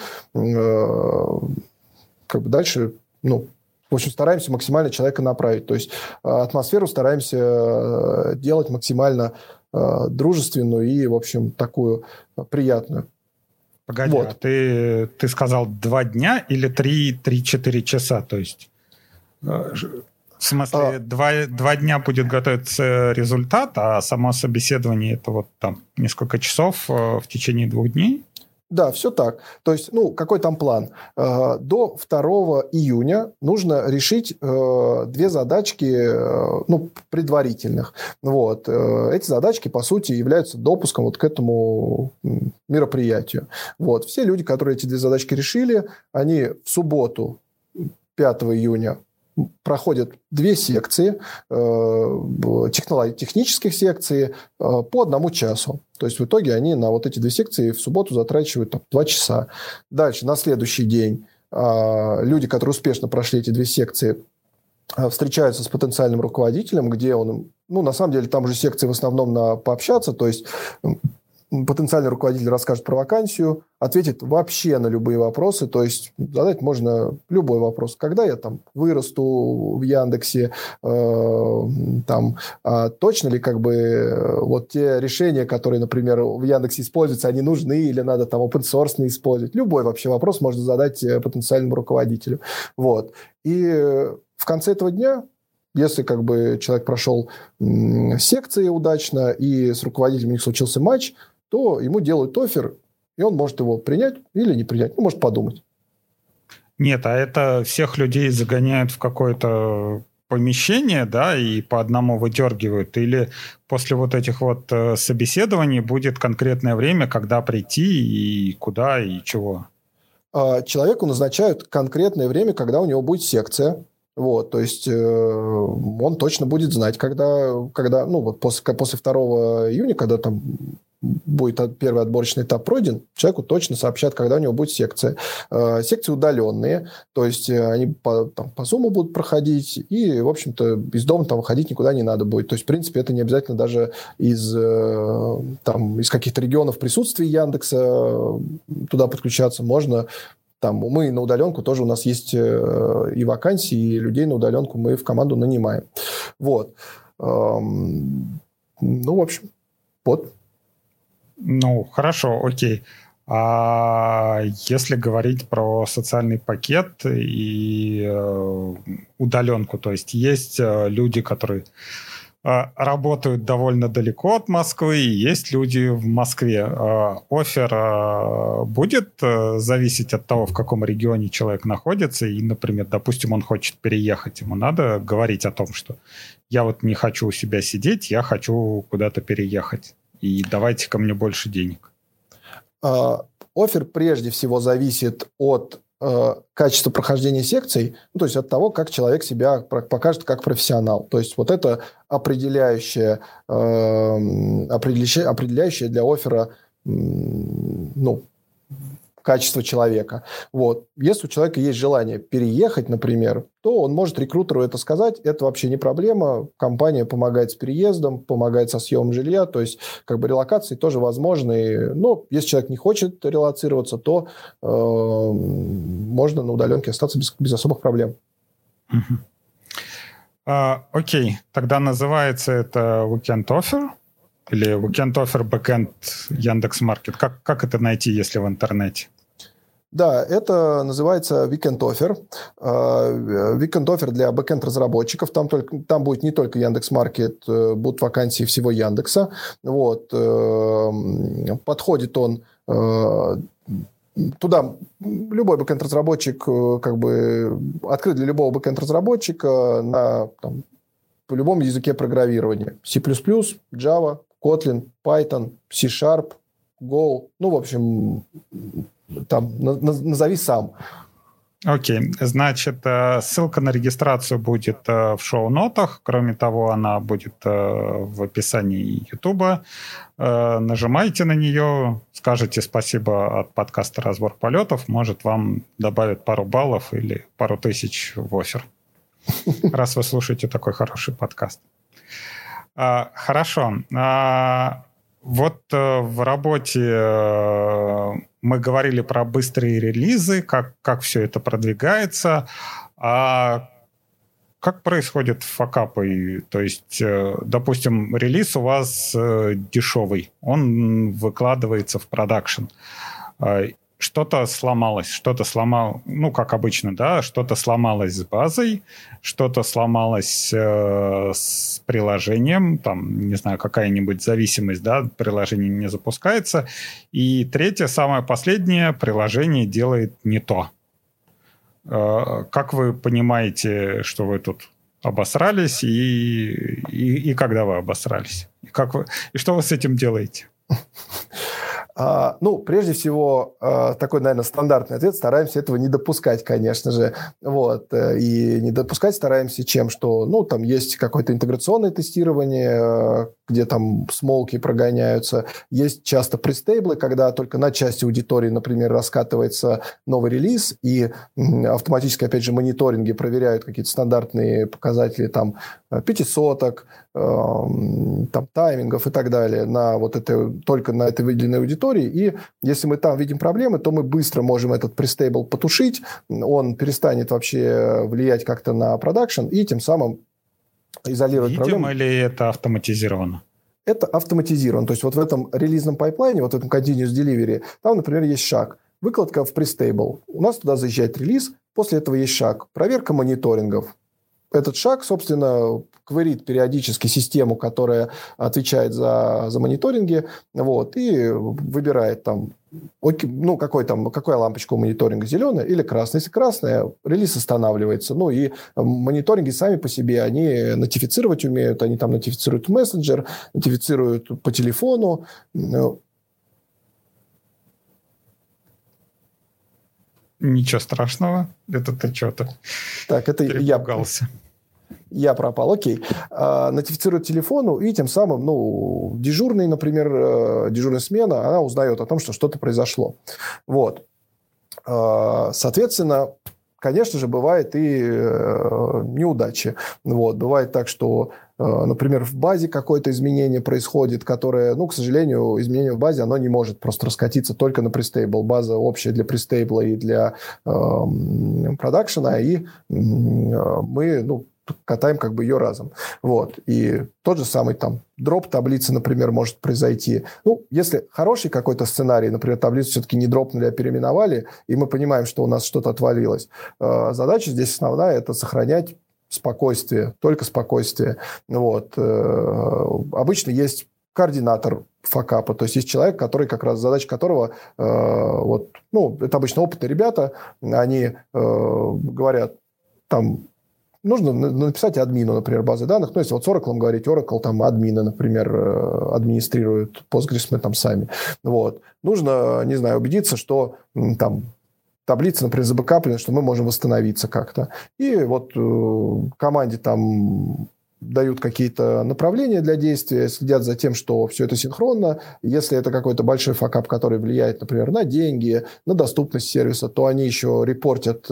как бы дальше, ну, в общем, стараемся максимально человека направить. То есть атмосферу стараемся делать максимально дружественную и, в общем, такую приятную. Погоди, вот. А ты сказал 2 дня или 3-4 часа? То есть, в смысле, 2 дня будет готовиться результат, а само собеседование это вот там несколько часов в течение 2 дней? Да, все так. То есть, ну, какой там план? До 2 июня нужно решить 2 задачки, ну, предварительных. Вот. Эти задачки, по сути, являются допуском вот к этому мероприятию. Вот. Все люди, которые эти 2 задачки решили, они в субботу, 5 июня, проходят 2 секции, технических секций по 1 часу. То есть в итоге они на вот эти 2 секции в субботу затрачивают там, 2 часа. Дальше, на следующий день, люди, которые успешно прошли эти 2 секции, встречаются с потенциальным руководителем, где он, ну, на самом деле, там уже секции в основном на пообщаться, то есть потенциальный руководитель расскажет про вакансию, ответит вообще на любые вопросы, то есть задать можно любой вопрос. Когда я там вырасту в Яндексе, там, точно ли как бы вот те решения, которые, например, в Яндексе используются, они нужны или надо там open source использовать. Любой вообще вопрос можно задать потенциальному руководителю. Вот. И в конце этого дня, если как бы человек прошел секции удачно и с руководителем у них случился матч, то ему делают оффер, и он может его принять или не принять, ну, может подумать. Нет, а это всех людей загоняют в какое-то помещение, да, и по одному выдергивают, или после вот этих вот собеседований будет конкретное время, когда прийти, и куда, и чего? Человеку назначают конкретное время, когда у него будет секция. Вот, то есть он точно будет знать, когда ну, вот после 2 июня, когда там будет первый отборочный этап пройден, человеку точно сообщат, когда у него будет секция. Секции удаленные, то есть они по Zoom будут проходить, и, в общем-то, из дома там выходить никуда не надо будет. То есть, в принципе, это не обязательно даже из каких-то регионов присутствия Яндекса туда подключаться. Можно там, мы на удаленку тоже у нас есть и вакансии, и людей на удаленку мы в команду нанимаем. Вот. Ну, в общем, вот. Ну, хорошо, окей. А если говорить про социальный пакет и удаленку, то есть люди, которые работают довольно далеко от Москвы, и есть люди в Москве. Оффер будет зависеть от того, в каком регионе человек находится, и, например, допустим, он хочет переехать, ему надо говорить о том, что я вот не хочу у себя сидеть, я хочу куда-то переехать, и давайте ко мне больше денег. Оффер прежде всего зависит от качества прохождения секций, ну, то есть от того, как человек себя покажет как профессионал. То есть вот это определяющее для оффера, ну, качество человека. Вот. Если у человека есть желание переехать, например, то он может рекрутеру это сказать. Это вообще не проблема. Компания помогает с переездом, помогает со съемом жилья. То есть, как бы релокации тоже возможны. Но если человек не хочет релоцироваться, то можно на удаленке остаться без особых проблем. Окей. Тогда называется это Weekend Offer или Weekend Offer Backend Яндекс.Маркет. Как это найти, если в интернете? Да, это называется Weekend Offer. Weekend Offer для бэкэнд-разработчиков. Там будет не только Яндекс.Маркет, будут вакансии всего Яндекса. Вот. Подходит он туда. Любой бэкэнд-разработчик как бы открыт для любого бэкэнд-разработчика по любому языке программирования. C++, Java, Kotlin, Python, C#, Go. Ну, в общем, там назови сам. Окей. Значит, ссылка на регистрацию будет в шоу-нотах. Кроме того, она будет в описании YouTube. Нажимайте на нее, скажете спасибо от подкаста «Разбор полетов». Может, вам добавят пару баллов или пару тысяч в оффер, раз вы слушаете такой хороший подкаст. Хорошо. Вот в работе мы говорили про быстрые релизы, как все это продвигается. А как происходят факапы? То есть, допустим, релиз у вас дешевый, он выкладывается в продакшн. Что-то сломалось, ну, как обычно, да, что-то сломалось с базой, что-то сломалось с приложением, там, не знаю, какая-нибудь зависимость, да, приложение не запускается. И третье, самое последнее, приложение делает не то. Как вы понимаете, что вы тут обосрались, и когда вы обосрались? И что вы с этим делаете? Ну, прежде всего, такой, наверное, стандартный ответ. Стараемся этого не допускать, конечно же. Вот. И не допускать стараемся чем? Что, ну, там есть какое-то интеграционное тестирование, где там смолки прогоняются. Есть часто престейблы, когда только на части аудитории, например, раскатывается новый релиз, и автоматически, опять же, мониторинги проверяют какие-то стандартные показатели там пятисоток, там, таймингов и так далее только на этой выделенной аудитории. И если мы там видим проблемы, то мы быстро можем этот престейбл потушить, он перестанет вообще влиять как-то на продакшн, и тем самым изолировать проблему. Или это автоматизировано? Это автоматизировано. То есть вот в этом релизном пайплайне, вот в этом continuous delivery, там, например, есть шаг. Выкладка в престейбл. У нас туда заезжает релиз, после этого есть шаг. Проверка мониторингов. Этот шаг, собственно, кверит периодически систему, которая отвечает за мониторинги, вот, и выбирает там, какая лампочка у мониторинга, зеленая или красная. Если красная, релиз останавливается. Ну, и мониторинги сами по себе, они нотифицировать умеют, они там нотифицируют в мессенджер, нотифицируют по телефону. Ничего страшного. Это ты что-то перепугался. Я пропал, окей. Нотифицирует телефону, и тем самым, дежурный, например, дежурная смена, она узнает о том, что что-то произошло. Вот. Соответственно, конечно же, бывает и неудачи. Вот. Бывает так, что, например, в базе какое-то изменение происходит, которое, к сожалению, изменение в базе, оно не может просто раскатиться только на престейбл. База общая для престейбла и для продакшена, и мы, катаем как бы ее разом. Вот. И тот же самый там дроп таблицы, например, может произойти. Если хороший какой-то сценарий, например, таблицу все-таки не дропнули, а переименовали, и мы понимаем, что у нас что-то отвалилось, задача здесь основная – это сохранять спокойствие, только спокойствие. Вот. Обычно есть координатор факапа, то есть есть человек, который как раз, задача которого, это обычно опытные ребята, они говорят, там, нужно написать админу, например, базы данных. Если с Oracle говорить, Oracle там админы, например, администрируют Postgres мы там сами. Вот. Нужно, не знаю, убедиться, что там таблица, например, забэкаплена, что мы можем восстановиться как-то. И вот команде там дают какие-то направления для действия, следят за тем, что все это синхронно. Если это какой-то большой факап, который влияет, например, на деньги, на доступность сервиса, то они еще репортят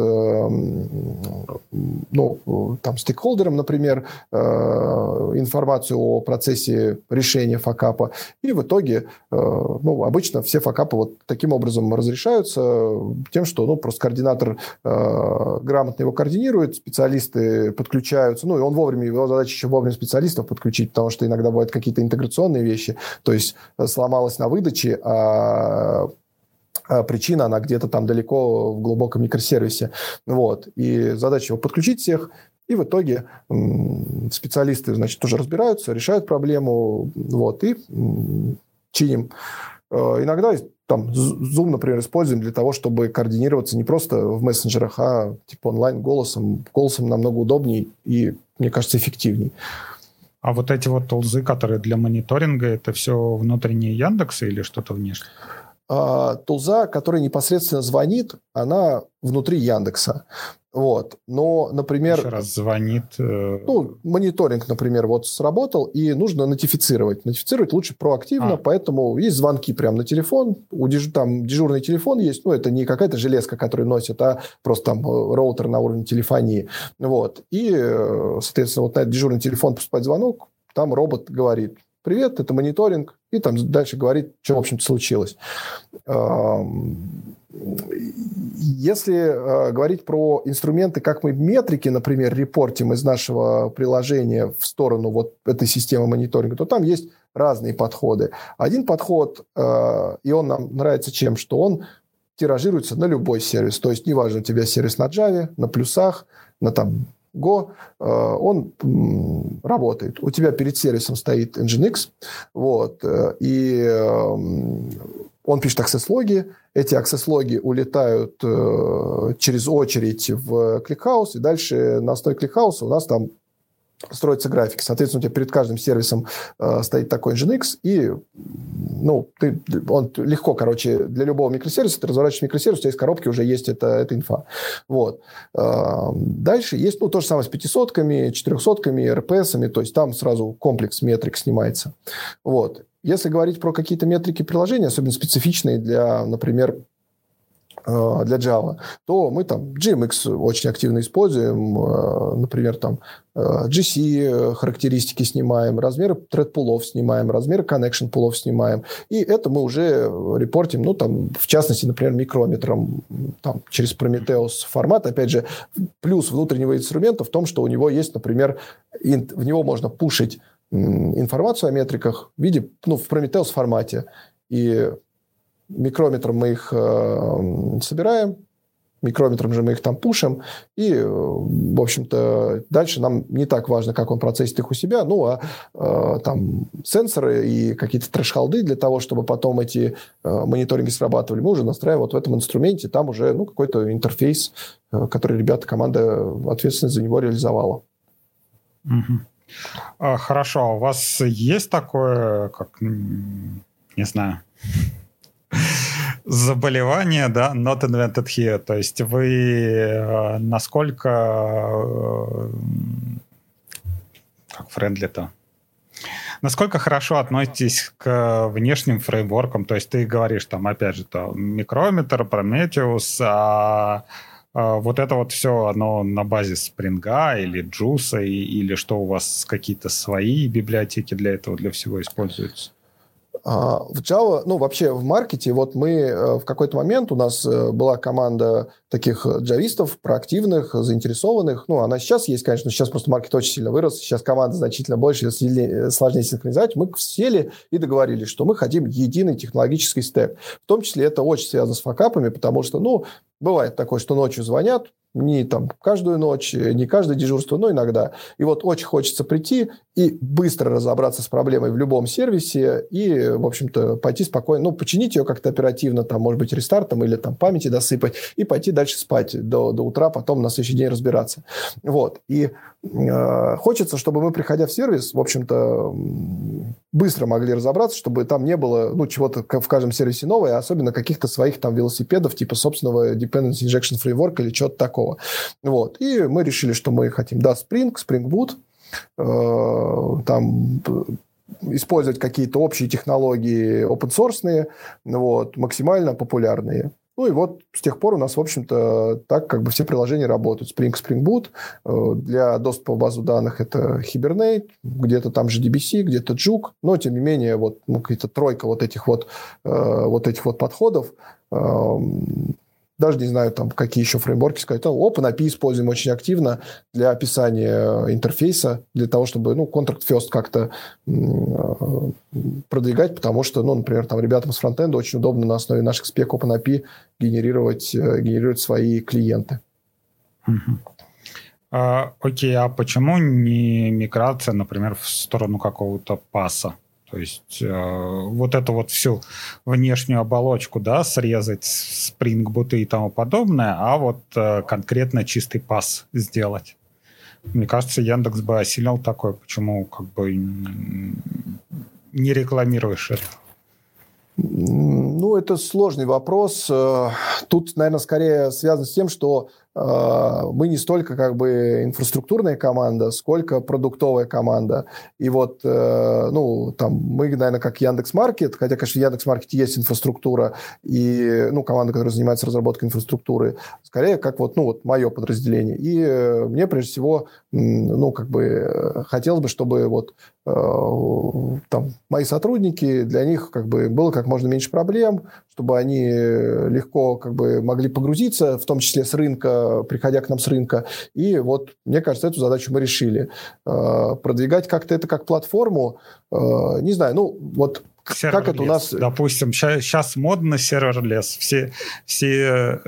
стейкхолдерам, например, информацию о процессе решения факапа. И в итоге обычно все факапы вот таким образом разрешаются тем, что просто координатор грамотно его координирует, специалисты подключаются, и он вовремя, его задача еще вовремя специалистов подключить, потому что иногда бывают какие-то интеграционные вещи, то есть сломалось на выдаче, а причина, она где-то там далеко в глубоком микросервисе. Вот. И задача его подключить всех, и в итоге специалисты, тоже разбираются, решают проблему, и чиним. Иногда Zoom, например, используем для того, чтобы координироваться не просто в мессенджерах, а онлайн голосом. Голосом намного удобнее и, мне кажется, эффективнее. А вот эти вот тулзы, которые для мониторинга, это все внутренние Яндекса или что-то внешнее? Тулза, которая непосредственно звонит, она внутри Яндекса. Вот. Но, например... Еще раз звонит... мониторинг, например, сработал, и нужно нотифицировать. Нотифицировать лучше проактивно, поэтому есть звонки прямо на телефон. Там дежурный телефон есть. Это не какая-то железка, которую носят, а просто роутер на уровне телефонии. Вот. И, соответственно, на этот дежурный телефон поступает звонок, там робот говорит: «Привет, это мониторинг», и там дальше говорит, что, в общем-то, случилось. Если говорить про инструменты, как мы метрики, например, репортим из нашего приложения в сторону этой системы мониторинга, то там есть разные подходы. Один подход, и он нам нравится чем, что он тиражируется на любой сервис. То есть неважно, у тебя сервис на Java, на плюсах, на Go, он работает. У тебя перед сервисом стоит Nginx, и он пишет access-логи. Эти access-логи улетают через очередь в ClickHouse, и дальше на основе ClickHouse у нас там строятся графики. Соответственно, у тебя перед каждым сервисом стоит такой Nginx, и он легко, для любого микросервиса, ты разворачиваешь микросервис, у тебя из коробки уже есть эта инфа. Дальше есть то же самое с 500-ками, 400-ками, RPS-ами, то есть там сразу комплекс метрик снимается. Если говорить про какие-то метрики приложения, особенно специфичные для, например, для Java, то мы GMX очень активно используем, например, GC характеристики снимаем, размеры thread-пулов снимаем, размеры connection-пулов снимаем, и это мы уже репортим, в частности, например, микрометром, через Prometheus формат. Опять же, плюс внутреннего инструмента в том, что у него есть, например, в него можно пушить информацию о метриках в виде, в Prometheus формате, и микрометром мы их собираем, микрометром же мы их пушим, и, в общем-то, дальше нам не так важно, как он процессит их у себя, сенсоры и какие-то трэш-холды для того, чтобы потом эти мониторинги срабатывали, мы уже настраиваем в этом инструменте, там уже какой-то интерфейс, который команда ответственность за него реализовала. Хорошо, а у вас есть такое, не знаю... заболевание, да, not invented here. То есть вы насколько френдли-то? Насколько хорошо относитесь к внешним фреймворкам? То есть ты говоришь опять же, микрометр, Prometheus, а вот это все, оно на базе Spring или Juice, или что у вас какие-то свои библиотеки для этого, для всего используются? В Java, вообще в маркете, мы в какой-то момент, у нас была команда таких джавистов, проактивных, заинтересованных. Она сейчас есть, конечно, сейчас просто маркет очень сильно вырос, сейчас команда значительно больше, сложнее синхронизовать. Мы сели и договорились, что мы хотим единый технологический стек. В том числе это очень связано с факапами, потому что, бывает такое, что ночью звонят, не каждую ночь, не каждое дежурство, но иногда. И очень хочется прийти и быстро разобраться с проблемой в любом сервисе и, в общем-то, пойти спокойно, починить ее как-то оперативно, может быть, рестартом или памяти досыпать, и пойти дальше спать до утра, потом на следующий день разбираться. И хочется, чтобы мы, приходя в сервис, в общем-то, быстро могли разобраться, чтобы там не было, чего-то в каждом сервисе новое, особенно каких-то своих велосипедов, типа собственного Dependency Injection Framework или чего-то такого. И мы решили, что мы хотим, Spring Boot, там использовать какие-то общие технологии open-source, вот, максимально популярные. Ну и вот с тех пор у нас, в общем-то, так как бы все приложения работают. Spring Boot, для доступа в базу данных это Hibernate, где-то там же JDBC, где-то Juke, но тем не менее вот какая-то тройка вот этих вот подходов. Даже не знаю, там, какие еще фреймворки сказать. OpenAPI используем очень активно для описания интерфейса, для того, чтобы contract first как-то продвигать, потому что, например, там ребятам с фронтенда очень удобно на основе наших спек OpenAPI генерировать свои клиенты. Окей, а почему не миграция, например, в сторону какого-то паса? То есть вот эту вот всю внешнюю оболочку, да, срезать, Spring Boot и тому подобное, а вот конкретно чистый пас сделать. Мне кажется, Яндекс бы осилил такое. Почему как бы не рекламируешь это? Это сложный вопрос. Тут, наверное, скорее связано с тем, что мы не столько как бы инфраструктурная команда, сколько продуктовая команда. И вот, там мы, наверное, как Яндекс.Маркет, хотя, конечно, в Яндекс.Маркете есть инфраструктура и, команда, которая занимается разработкой инфраструктуры, скорее как мое подразделение. И мне, прежде всего, хотелось бы, чтобы мои сотрудники, для них как бы было как можно меньше проблем, чтобы они легко как бы могли погрузиться, в том числе с рынка, приходя к нам с рынка. И вот, мне кажется, эту задачу мы решили. Продвигать как-то это как платформу, не знаю, Serverless. Как это у нас... Допустим, сейчас модно serverless. Все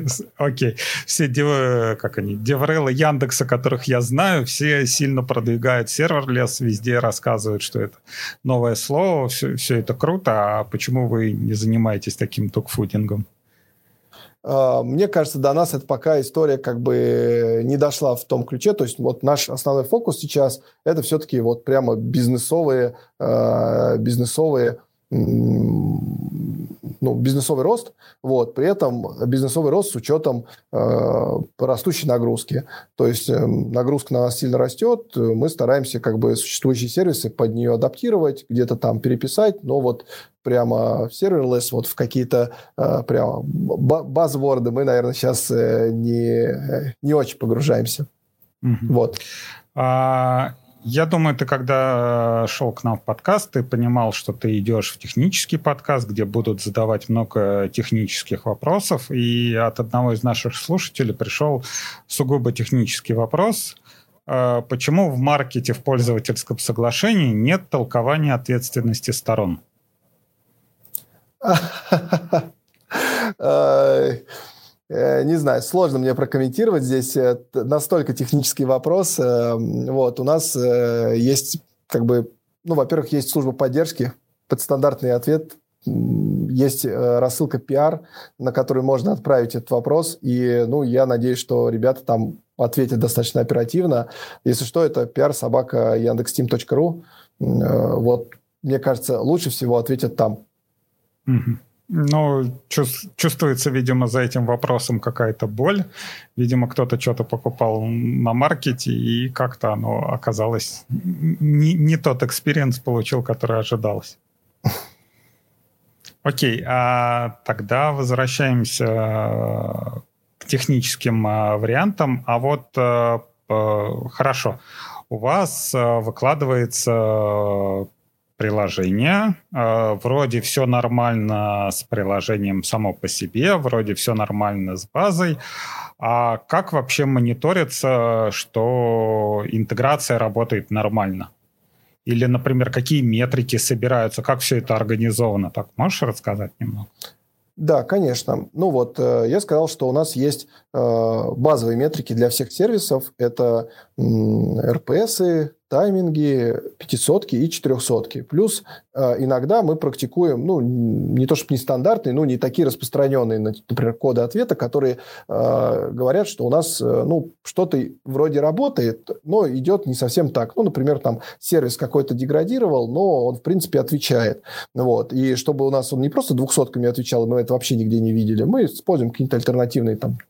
деврелы Яндекса, которых я знаю, все сильно продвигают serverless, везде рассказывают, что это новое слово, все это круто. А почему вы не занимаетесь таким догфудингом? Мне кажется, до нас это пока история как бы не дошла в том ключе. То есть вот наш основной фокус сейчас – это все-таки вот прямо бизнесовый рост. Вот. При этом бизнесовый рост с учетом растущей нагрузки. То есть нагрузка на нас сильно растет, мы стараемся как бы существующие сервисы под нее адаптировать, где-то там переписать, но вот прямо в serverless, вот в какие-то прямо базворды мы, наверное, сейчас не очень погружаемся. Вот. Я думаю, ты когда шел к нам в подкаст, ты понимал, что ты идешь в технический подкаст, где будут задавать много технических вопросов, и от одного из наших слушателей пришел сугубо технический вопрос. Почему в маркете в пользовательском соглашении нет толкования ответственности сторон? Не знаю, сложно мне прокомментировать здесь настолько технический вопрос. Вот, у нас есть как бы, во-первых, есть служба поддержки, подстандартный ответ, есть рассылка PR, на которую можно отправить этот вопрос, и, я надеюсь, что ребята там ответят достаточно оперативно. Если что, это pr@yandex.team.ru. Вот, мне кажется, лучше всего ответят там. Чувствуется, видимо, за этим вопросом какая-то боль. Видимо, кто-то что-то покупал на маркете, и как-то оно оказалось не тот экспириенс получил, который ожидалось. Окей, а тогда возвращаемся к техническим вариантам. А вот хорошо, у вас выкладывается приложение. Вроде все нормально с приложением само по себе, вроде все нормально с базой. А как вообще мониторится, что интеграция работает нормально? Или, например, какие метрики собираются, как все это организовано? Так, можешь рассказать немного? Да, конечно. Я сказал, что у нас есть базовые метрики для всех сервисов. Это РПСы, тайминги, 500 и 400. Плюс иногда мы практикуем, не то чтобы нестандартные, не такие распространенные, например, коды ответа, которые говорят, что у нас что-то вроде работает, но идет не совсем так. Например, там сервис какой-то деградировал, но он, в принципе, отвечает. Вот. И чтобы у нас он не просто 200-ками отвечал, мы это вообще нигде не видели, мы используем какие-то альтернативные там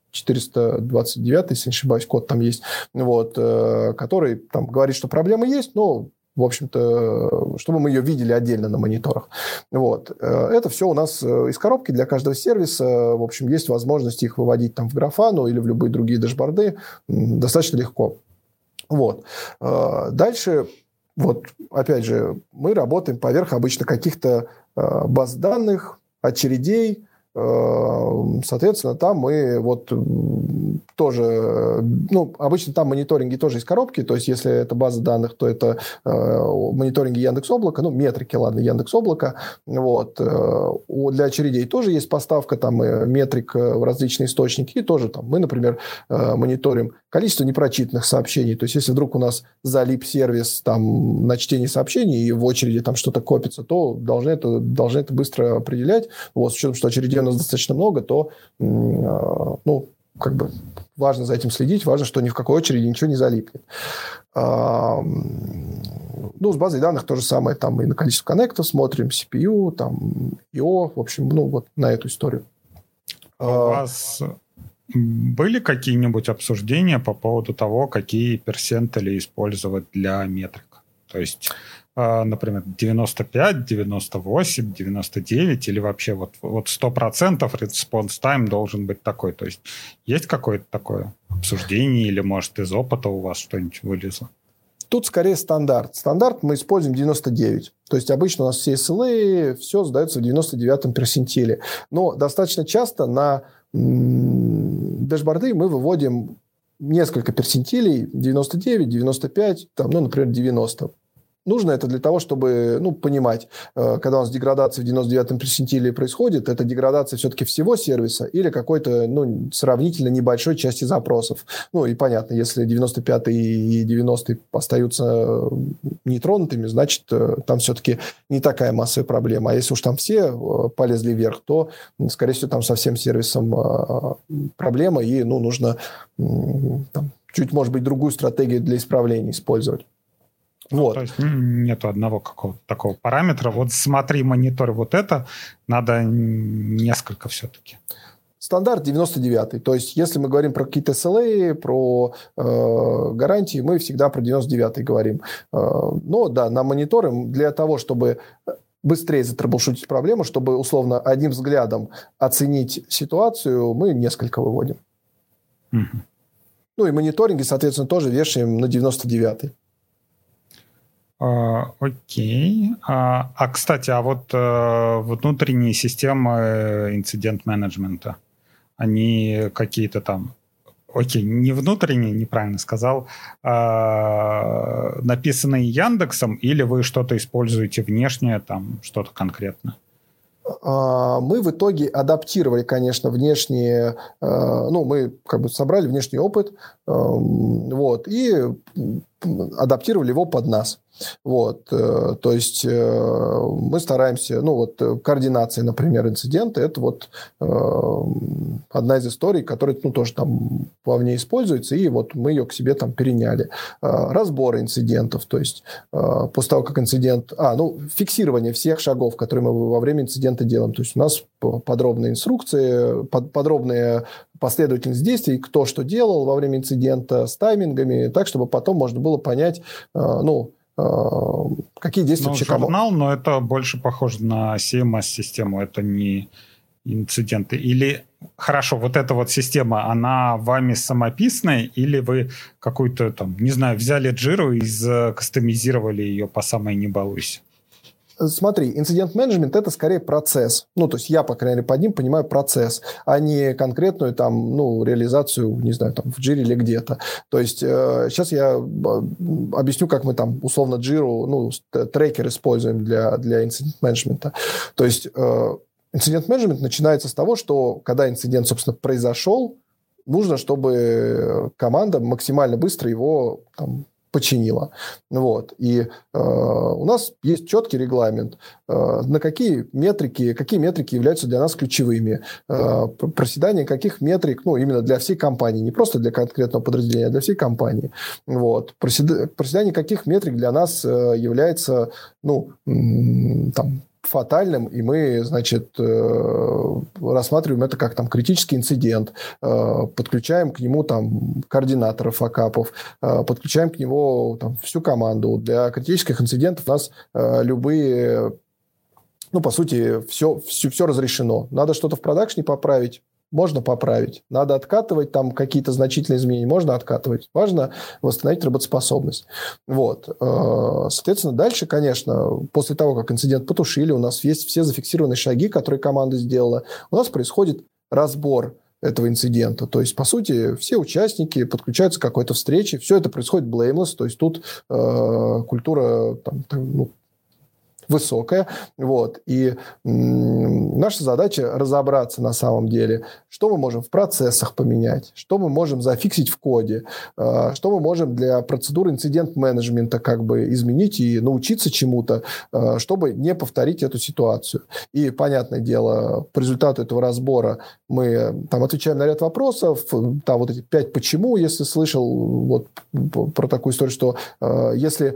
429, если не ошибаюсь, код там есть, вот, который там говорит, что проблема есть, но, в общем-то, чтобы мы ее видели отдельно на мониторах. Вот. Это все у нас из коробки для каждого сервиса. В общем, есть возможность их выводить там в Grafana или в любые другие дашборды достаточно легко. Вот. Дальше, вот, опять же, мы работаем поверх обычно каких-то баз данных, очередей. Соответственно, там мы вот тоже, ну, обычно там мониторинги тоже из коробки, то есть если это база данных, то это мониторинги Яндекс.Облака, ну, метрики, ладно, Яндекс.Облака, вот. Для очередей тоже есть поставка там метрик в различные источники, и тоже там мы, например, мониторим количество непрочитанных сообщений, то есть если вдруг у нас залип сервис там на чтение сообщений и в очереди там что-то копится, то должны это быстро определять, вот, с учетом, что очередей у нас достаточно много, то, ну, как бы важно за этим следить, важно, что ни в какой очереди ничего не залипнет. Ну, с базой данных то же самое, там и на количество коннектов смотрим, CPU, там, IO, в общем, ну, вот на эту историю. У вас были какие-нибудь обсуждения по поводу того, какие персентили использовать для метрик? То есть, например, 95, 98, 99 или вообще вот 100% response time должен быть такой. То есть есть какое-то такое обсуждение или, может, из опыта у вас что-нибудь вылезло? Тут скорее стандарт. Стандарт мы используем 99. То есть обычно у нас все SLA, все сдается в 99-м персентиле. Но достаточно часто на дэшборды мы выводим несколько персентилей, 99, 95, там, ну, например, 90. Нужно это для того, чтобы, ну, понимать, когда у нас деградация в 99-м персентиле происходит, это деградация все-таки всего сервиса или какой-то, ну, сравнительно небольшой части запросов. Ну, и понятно, если 95-й и 90-й остаются нетронутыми, значит, там все-таки не такая массовая проблема. А если уж там все полезли вверх, то, скорее всего, там со всем сервисом проблема, и, ну, нужно там, чуть, может быть, другую стратегию для исправления использовать. Вот. То есть нету одного какого-то такого параметра. Вот смотри, монитор, вот это, надо несколько все-таки. Стандарт 99. То есть, если мы говорим про какие-то SLA, про гарантии, мы всегда про 99 говорим. Но, да, на мониторы для того, чтобы быстрее затраблшутить проблему, чтобы, условно, одним взглядом оценить ситуацию, мы несколько выводим. Угу. Ну, и мониторинги, соответственно, тоже вешаем на 99. Окей. Кстати, а вот внутренние системы инцидент-менеджмента, они какие-то там... Окей, не внутренние, неправильно сказал, написанные Яндексом, или вы что-то используете внешнее, там что-то конкретно? Мы в итоге адаптировали, конечно, внешние... Ну, мы как бы собрали внешний опыт, вот, и адаптировали его под нас. Вот, то есть мы стараемся, ну вот координация, например, инцидента, это вот одна из историй, которая, ну, тоже там вовне используется, и вот мы ее к себе там переняли. Разборы инцидентов, то есть после того, как инцидент... ну, фиксирование всех шагов, которые мы во время инцидента делаем. То есть у нас подробные инструкции, подробная последовательность действий, кто что делал во время инцидента, с таймингами, так, чтобы потом можно было понять, ну, какие действия вообще... Журнал, но это больше похоже на CMS-систему, это не инциденты. Или, хорошо, вот эта вот система, она вами самописная, или вы какую-то там, не знаю, взяли Jira и кастомизировали ее по самой не балуйся? Смотри, инцидент-менеджмент – это скорее процесс. Ну, то есть я, по крайней мере, под ним понимаю процесс, а не конкретную там, ну, реализацию, не знаю, там, в Jira или где-то. То есть сейчас я объясню, как мы там, условно, Jira, ну, трекер используем для инцидент-менеджмента. То есть инцидент-менеджмент начинается с того, что когда инцидент, собственно, произошел, нужно, чтобы команда максимально быстро его там починила. Вот. И у нас есть четкий регламент, на какие метрики являются для нас ключевыми, проседание каких метрик, ну, именно для всей компании, не просто для конкретного подразделения, а для всей компании. Вот. Проседание каких метрик для нас является, ну, там, фатальным, и мы, значит, рассматриваем это как там критический инцидент, подключаем к нему там координаторов факапов, подключаем к нему там всю команду. Для критических инцидентов у нас любые, ну, по сути, все разрешено. Надо что-то в продакшне поправить, можно поправить. Надо откатывать там какие-то значительные изменения, можно откатывать. Важно восстановить работоспособность. Вот. Соответственно, дальше, конечно, после того, как инцидент потушили, у нас есть все зафиксированные шаги, которые команда сделала, у нас происходит разбор этого инцидента. То есть, по сути, все участники подключаются к какой-то встрече, все это происходит blameless, то есть тут культура высокая. Вот. И наша задача разобраться на самом деле, что мы можем в процессах поменять, что мы можем зафиксить в коде, что мы можем для процедуры инцидент-менеджмента как бы изменить и научиться чему-то, чтобы не повторить эту ситуацию. И, понятное дело, по результату этого разбора мы там отвечаем на ряд вопросов, там вот эти 5 «почему», если слышал вот про такую историю, что если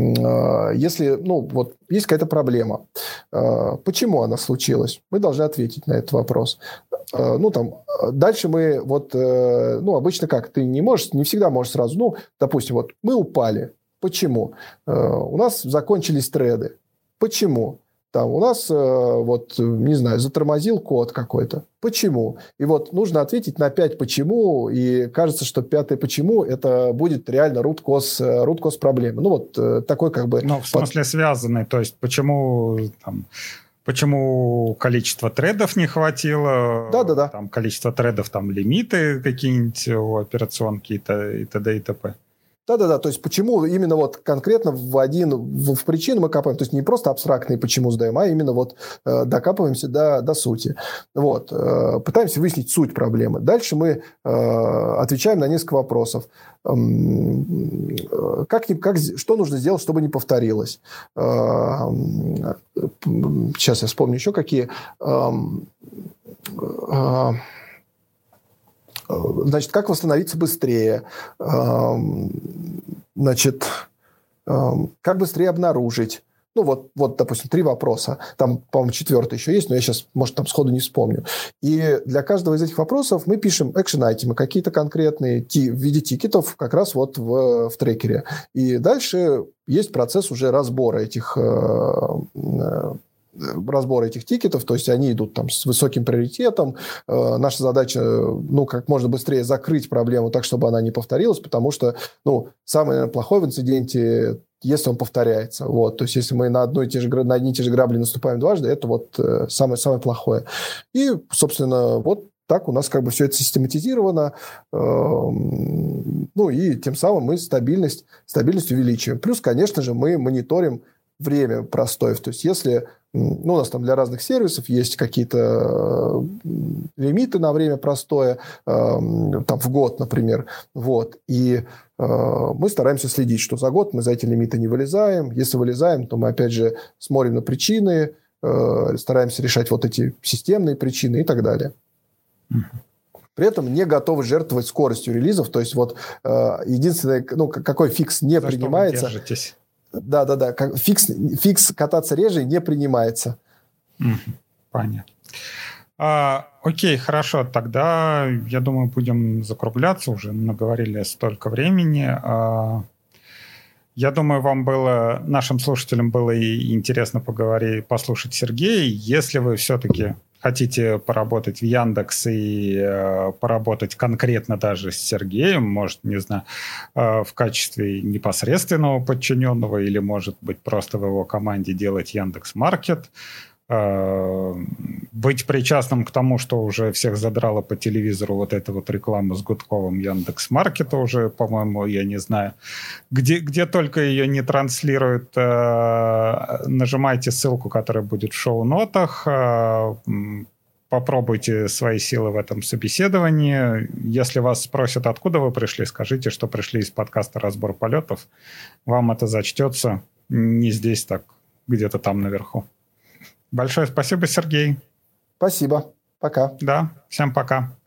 ну, вот есть какая-то проблема. Почему она случилась? Мы должны ответить на этот вопрос. Ну, там, дальше мы вот, ну, обычно как? Ты не всегда можешь сразу, ну, допустим, вот мы упали. Почему? У нас закончились треды. Почему? Там у нас, вот, не знаю, затормозил код какой-то. Почему? И вот нужно ответить на 5 «почему», и кажется, что 5-е «почему» это будет реально root cause проблемы. Ну, вот такой как бы... Ну, в смысле связанный, то есть почему количество тредов не хватило, Да. Там количество тредов, там лимиты какие-нибудь у операционки и т.д. и т.п. Да, то есть почему именно вот конкретно в причину мы копаем, то есть не просто абстрактные почему сдаем, а именно вот докапываемся до сути. Вот. Пытаемся выяснить суть проблемы. Дальше мы отвечаем на несколько вопросов. Что нужно сделать, чтобы не повторилось? Сейчас я вспомню еще какие... Значит, как восстановиться быстрее? Значит, как быстрее обнаружить? Ну, вот, допустим, 3 вопроса. Там, по-моему, 4-й еще есть, но я сейчас, может, там сходу не вспомню. И для каждого из этих вопросов мы пишем экшен-айтемы, какие-то конкретные в виде тикетов как раз вот в трекере. И дальше есть процесс уже разбора этих тикетов, то есть они идут там с высоким приоритетом. Наша задача, ну, как можно быстрее закрыть проблему так, чтобы она не повторилась, потому что, ну, самое, наверное, плохое в инциденте, если он повторяется. Вот. То есть если мы на одни и те же грабли наступаем дважды, это вот самое плохое. И, собственно, вот так у нас как бы все это систематизировано. Ну, и тем самым мы стабильность увеличиваем. Плюс, конечно же, мы мониторим время простоев. То есть если... Ну, у нас там для разных сервисов есть какие-то лимиты на время простоя, там в год, например. Вот. И мы стараемся следить, что за год мы за эти лимиты не вылезаем. Если вылезаем, то мы, опять же, смотрим на причины, стараемся решать вот эти системные причины и так далее. При этом не готовы жертвовать скоростью релизов. То есть вот единственное, ну, какой фикс не принимается... Что вы держитесь? Да. Фикс кататься реже не принимается. Понятно. Окей, хорошо. Тогда, я думаю, будем закругляться. Уже наговорили столько времени. Я думаю, нашим слушателям было и интересно послушать Сергея. Если вы все-таки хотите поработать в Яндекс и поработать конкретно даже с Сергеем, может, не знаю, в качестве непосредственного подчиненного или, может быть, просто в его команде делать Яндекс.Маркет, быть причастным к тому, что уже всех задрало по телевизору вот эта вот реклама с Гудковым Яндекс.Маркета уже, по-моему, я не знаю, где только ее не транслируют, нажимайте ссылку, которая будет в шоу-нотах, попробуйте свои силы в этом собеседовании. Если вас спросят, откуда вы пришли, скажите, что пришли из подкаста «Разбор полетов». Вам это зачтется не здесь, так где-то там наверху. Большое спасибо, Сергей. Спасибо. Пока. Да, всем пока.